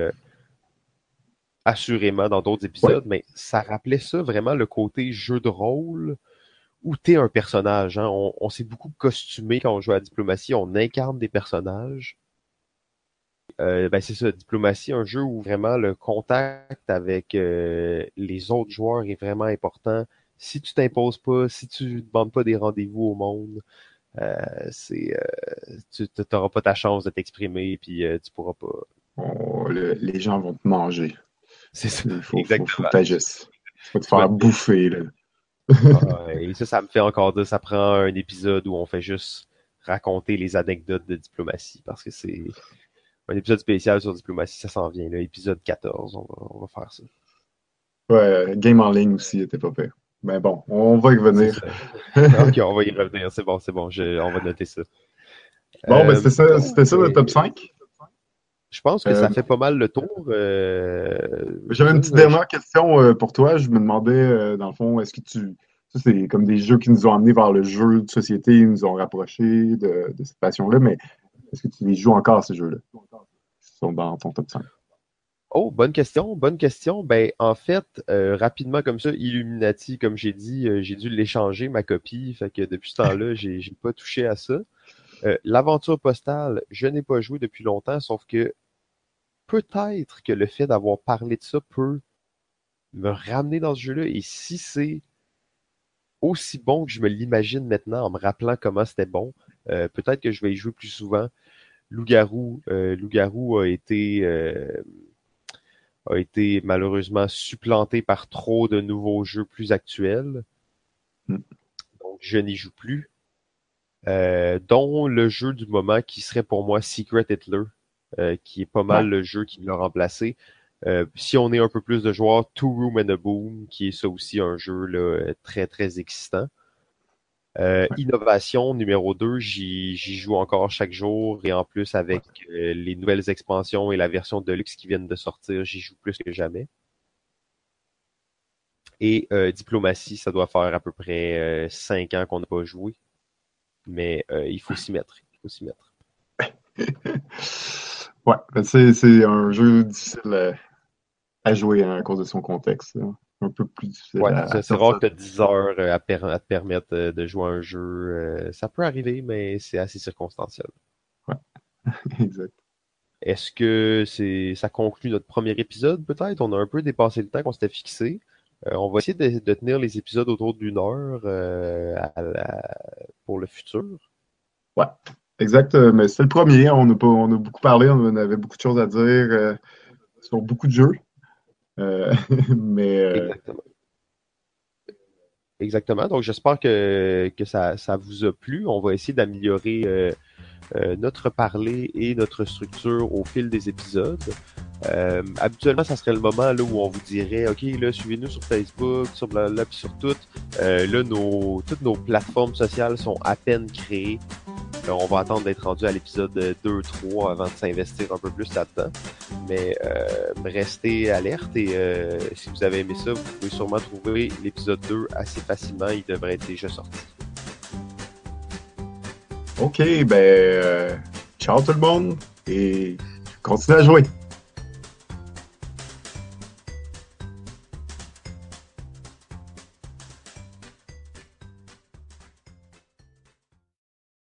assurément dans d'autres Ouais. épisodes, mais ça rappelait ça vraiment le côté jeu de rôle où t'es un personnage. Hein. On s'est beaucoup costumé quand on joue à la diplomatie, on incarne des personnages. Ben c'est ça, diplomatie, un jeu où vraiment le contact avec les autres joueurs est vraiment important. Si tu t'imposes pas, si tu demandes pas des rendez-vous au monde, euh, tu n'auras pas ta chance de t'exprimer, puis tu pourras pas. Les gens vont te manger. C'est ça, Faut que exactement. t'agisses. Tu vas te Tu vas faire te bouffer, là. Et ça me fait encore dire, ça prend un épisode où on fait juste raconter les anecdotes de diplomatie, parce que c'est un épisode spécial sur diplomatie, ça s'en vient, là, épisode 14, on va faire ça. Ouais, game en ligne aussi était pas pire. Mais bon, on va y C'est revenir. ça. Ok, on va y revenir, c'est bon, on va noter ça. Bon, ben Donc, c'était ça le top 5. je pense que Euh, ça fait pas mal le tour. J'avais une petite Kevin. dernière question pour toi. Je me demandais, dans le fond, est-ce que tu... Ça, c'est comme des jeux qui nous ont amenés vers le jeu de société, ils nous ont rapprochés de cette passion-là, mais est-ce que tu les joues encore, ces jeux-là? Ils sont dans ton top 5. Oh, bonne question, bonne question. Ben, en fait, rapidement comme ça, Illuminati, comme j'ai dit, j'ai dû l'échanger, ma copie, fait que depuis ce temps-là, j'ai pas touché à ça. L'aventure postale, je n'ai pas joué depuis longtemps, sauf que peut-être que le fait d'avoir parlé de ça peut me ramener dans ce jeu-là. Et si c'est aussi bon que je me l'imagine maintenant en me rappelant comment c'était bon, peut-être que je vais y jouer plus souvent. Loup-garou a été malheureusement supplanté par trop de nouveaux jeux plus actuels. Hmm. Donc je n'y joue plus. Dont le jeu du moment qui serait pour moi Secret Hitler, qui est pas Ouais, mal le jeu qui l'a remplacé. Si on est un peu plus de joueurs, Two Room and a Boom, qui est ça aussi un jeu là, très très existant. ouais. Innovation numéro 2, j'y joue encore chaque jour et en plus avec les nouvelles expansions et la version Deluxe qui viennent de sortir, j'y joue plus que jamais. Et Diplomatie, ça doit faire à peu près 5 ans qu'on n'a pas joué, mais il faut s'y mettre. Il faut s'y mettre. Ouais, ben, c'est un jeu difficile à jouer hein, à cause de son contexte, là. Un peu plus difficile Ouais, à c'est rare sortir. que tu as 10 heures à te permettre de jouer à un jeu. Ça peut arriver, mais c'est assez circonstanciel. Ouais, exact. Est-ce que ça conclut notre premier épisode, peut-être? On a un peu dépassé le temps qu'on s'était fixé. On va essayer de tenir les épisodes autour d'une heure pour le futur. Ouais, exact. Mais c'est le premier. On a beaucoup parlé, on avait beaucoup de choses à dire sur beaucoup de jeux. Euh, mais Exactement. Exactement. Donc, j'espère que ça vous a plu. On va essayer d'améliorer notre parler et notre structure au fil des épisodes. Habituellement, ça serait le moment là où on vous dirait, OK, là, suivez-nous sur Facebook, sur Blabla, puis sur tout. Là, toutes nos plateformes sociales sont à peine créées. On va attendre d'être rendu à l'épisode 2-3 avant de s'investir un peu plus là-dedans. Mais restez alerte et si vous avez aimé ça, vous pouvez sûrement trouver l'épisode 2 assez facilement. Il devrait être déjà sorti. OK, ciao tout le monde et continuez à jouer.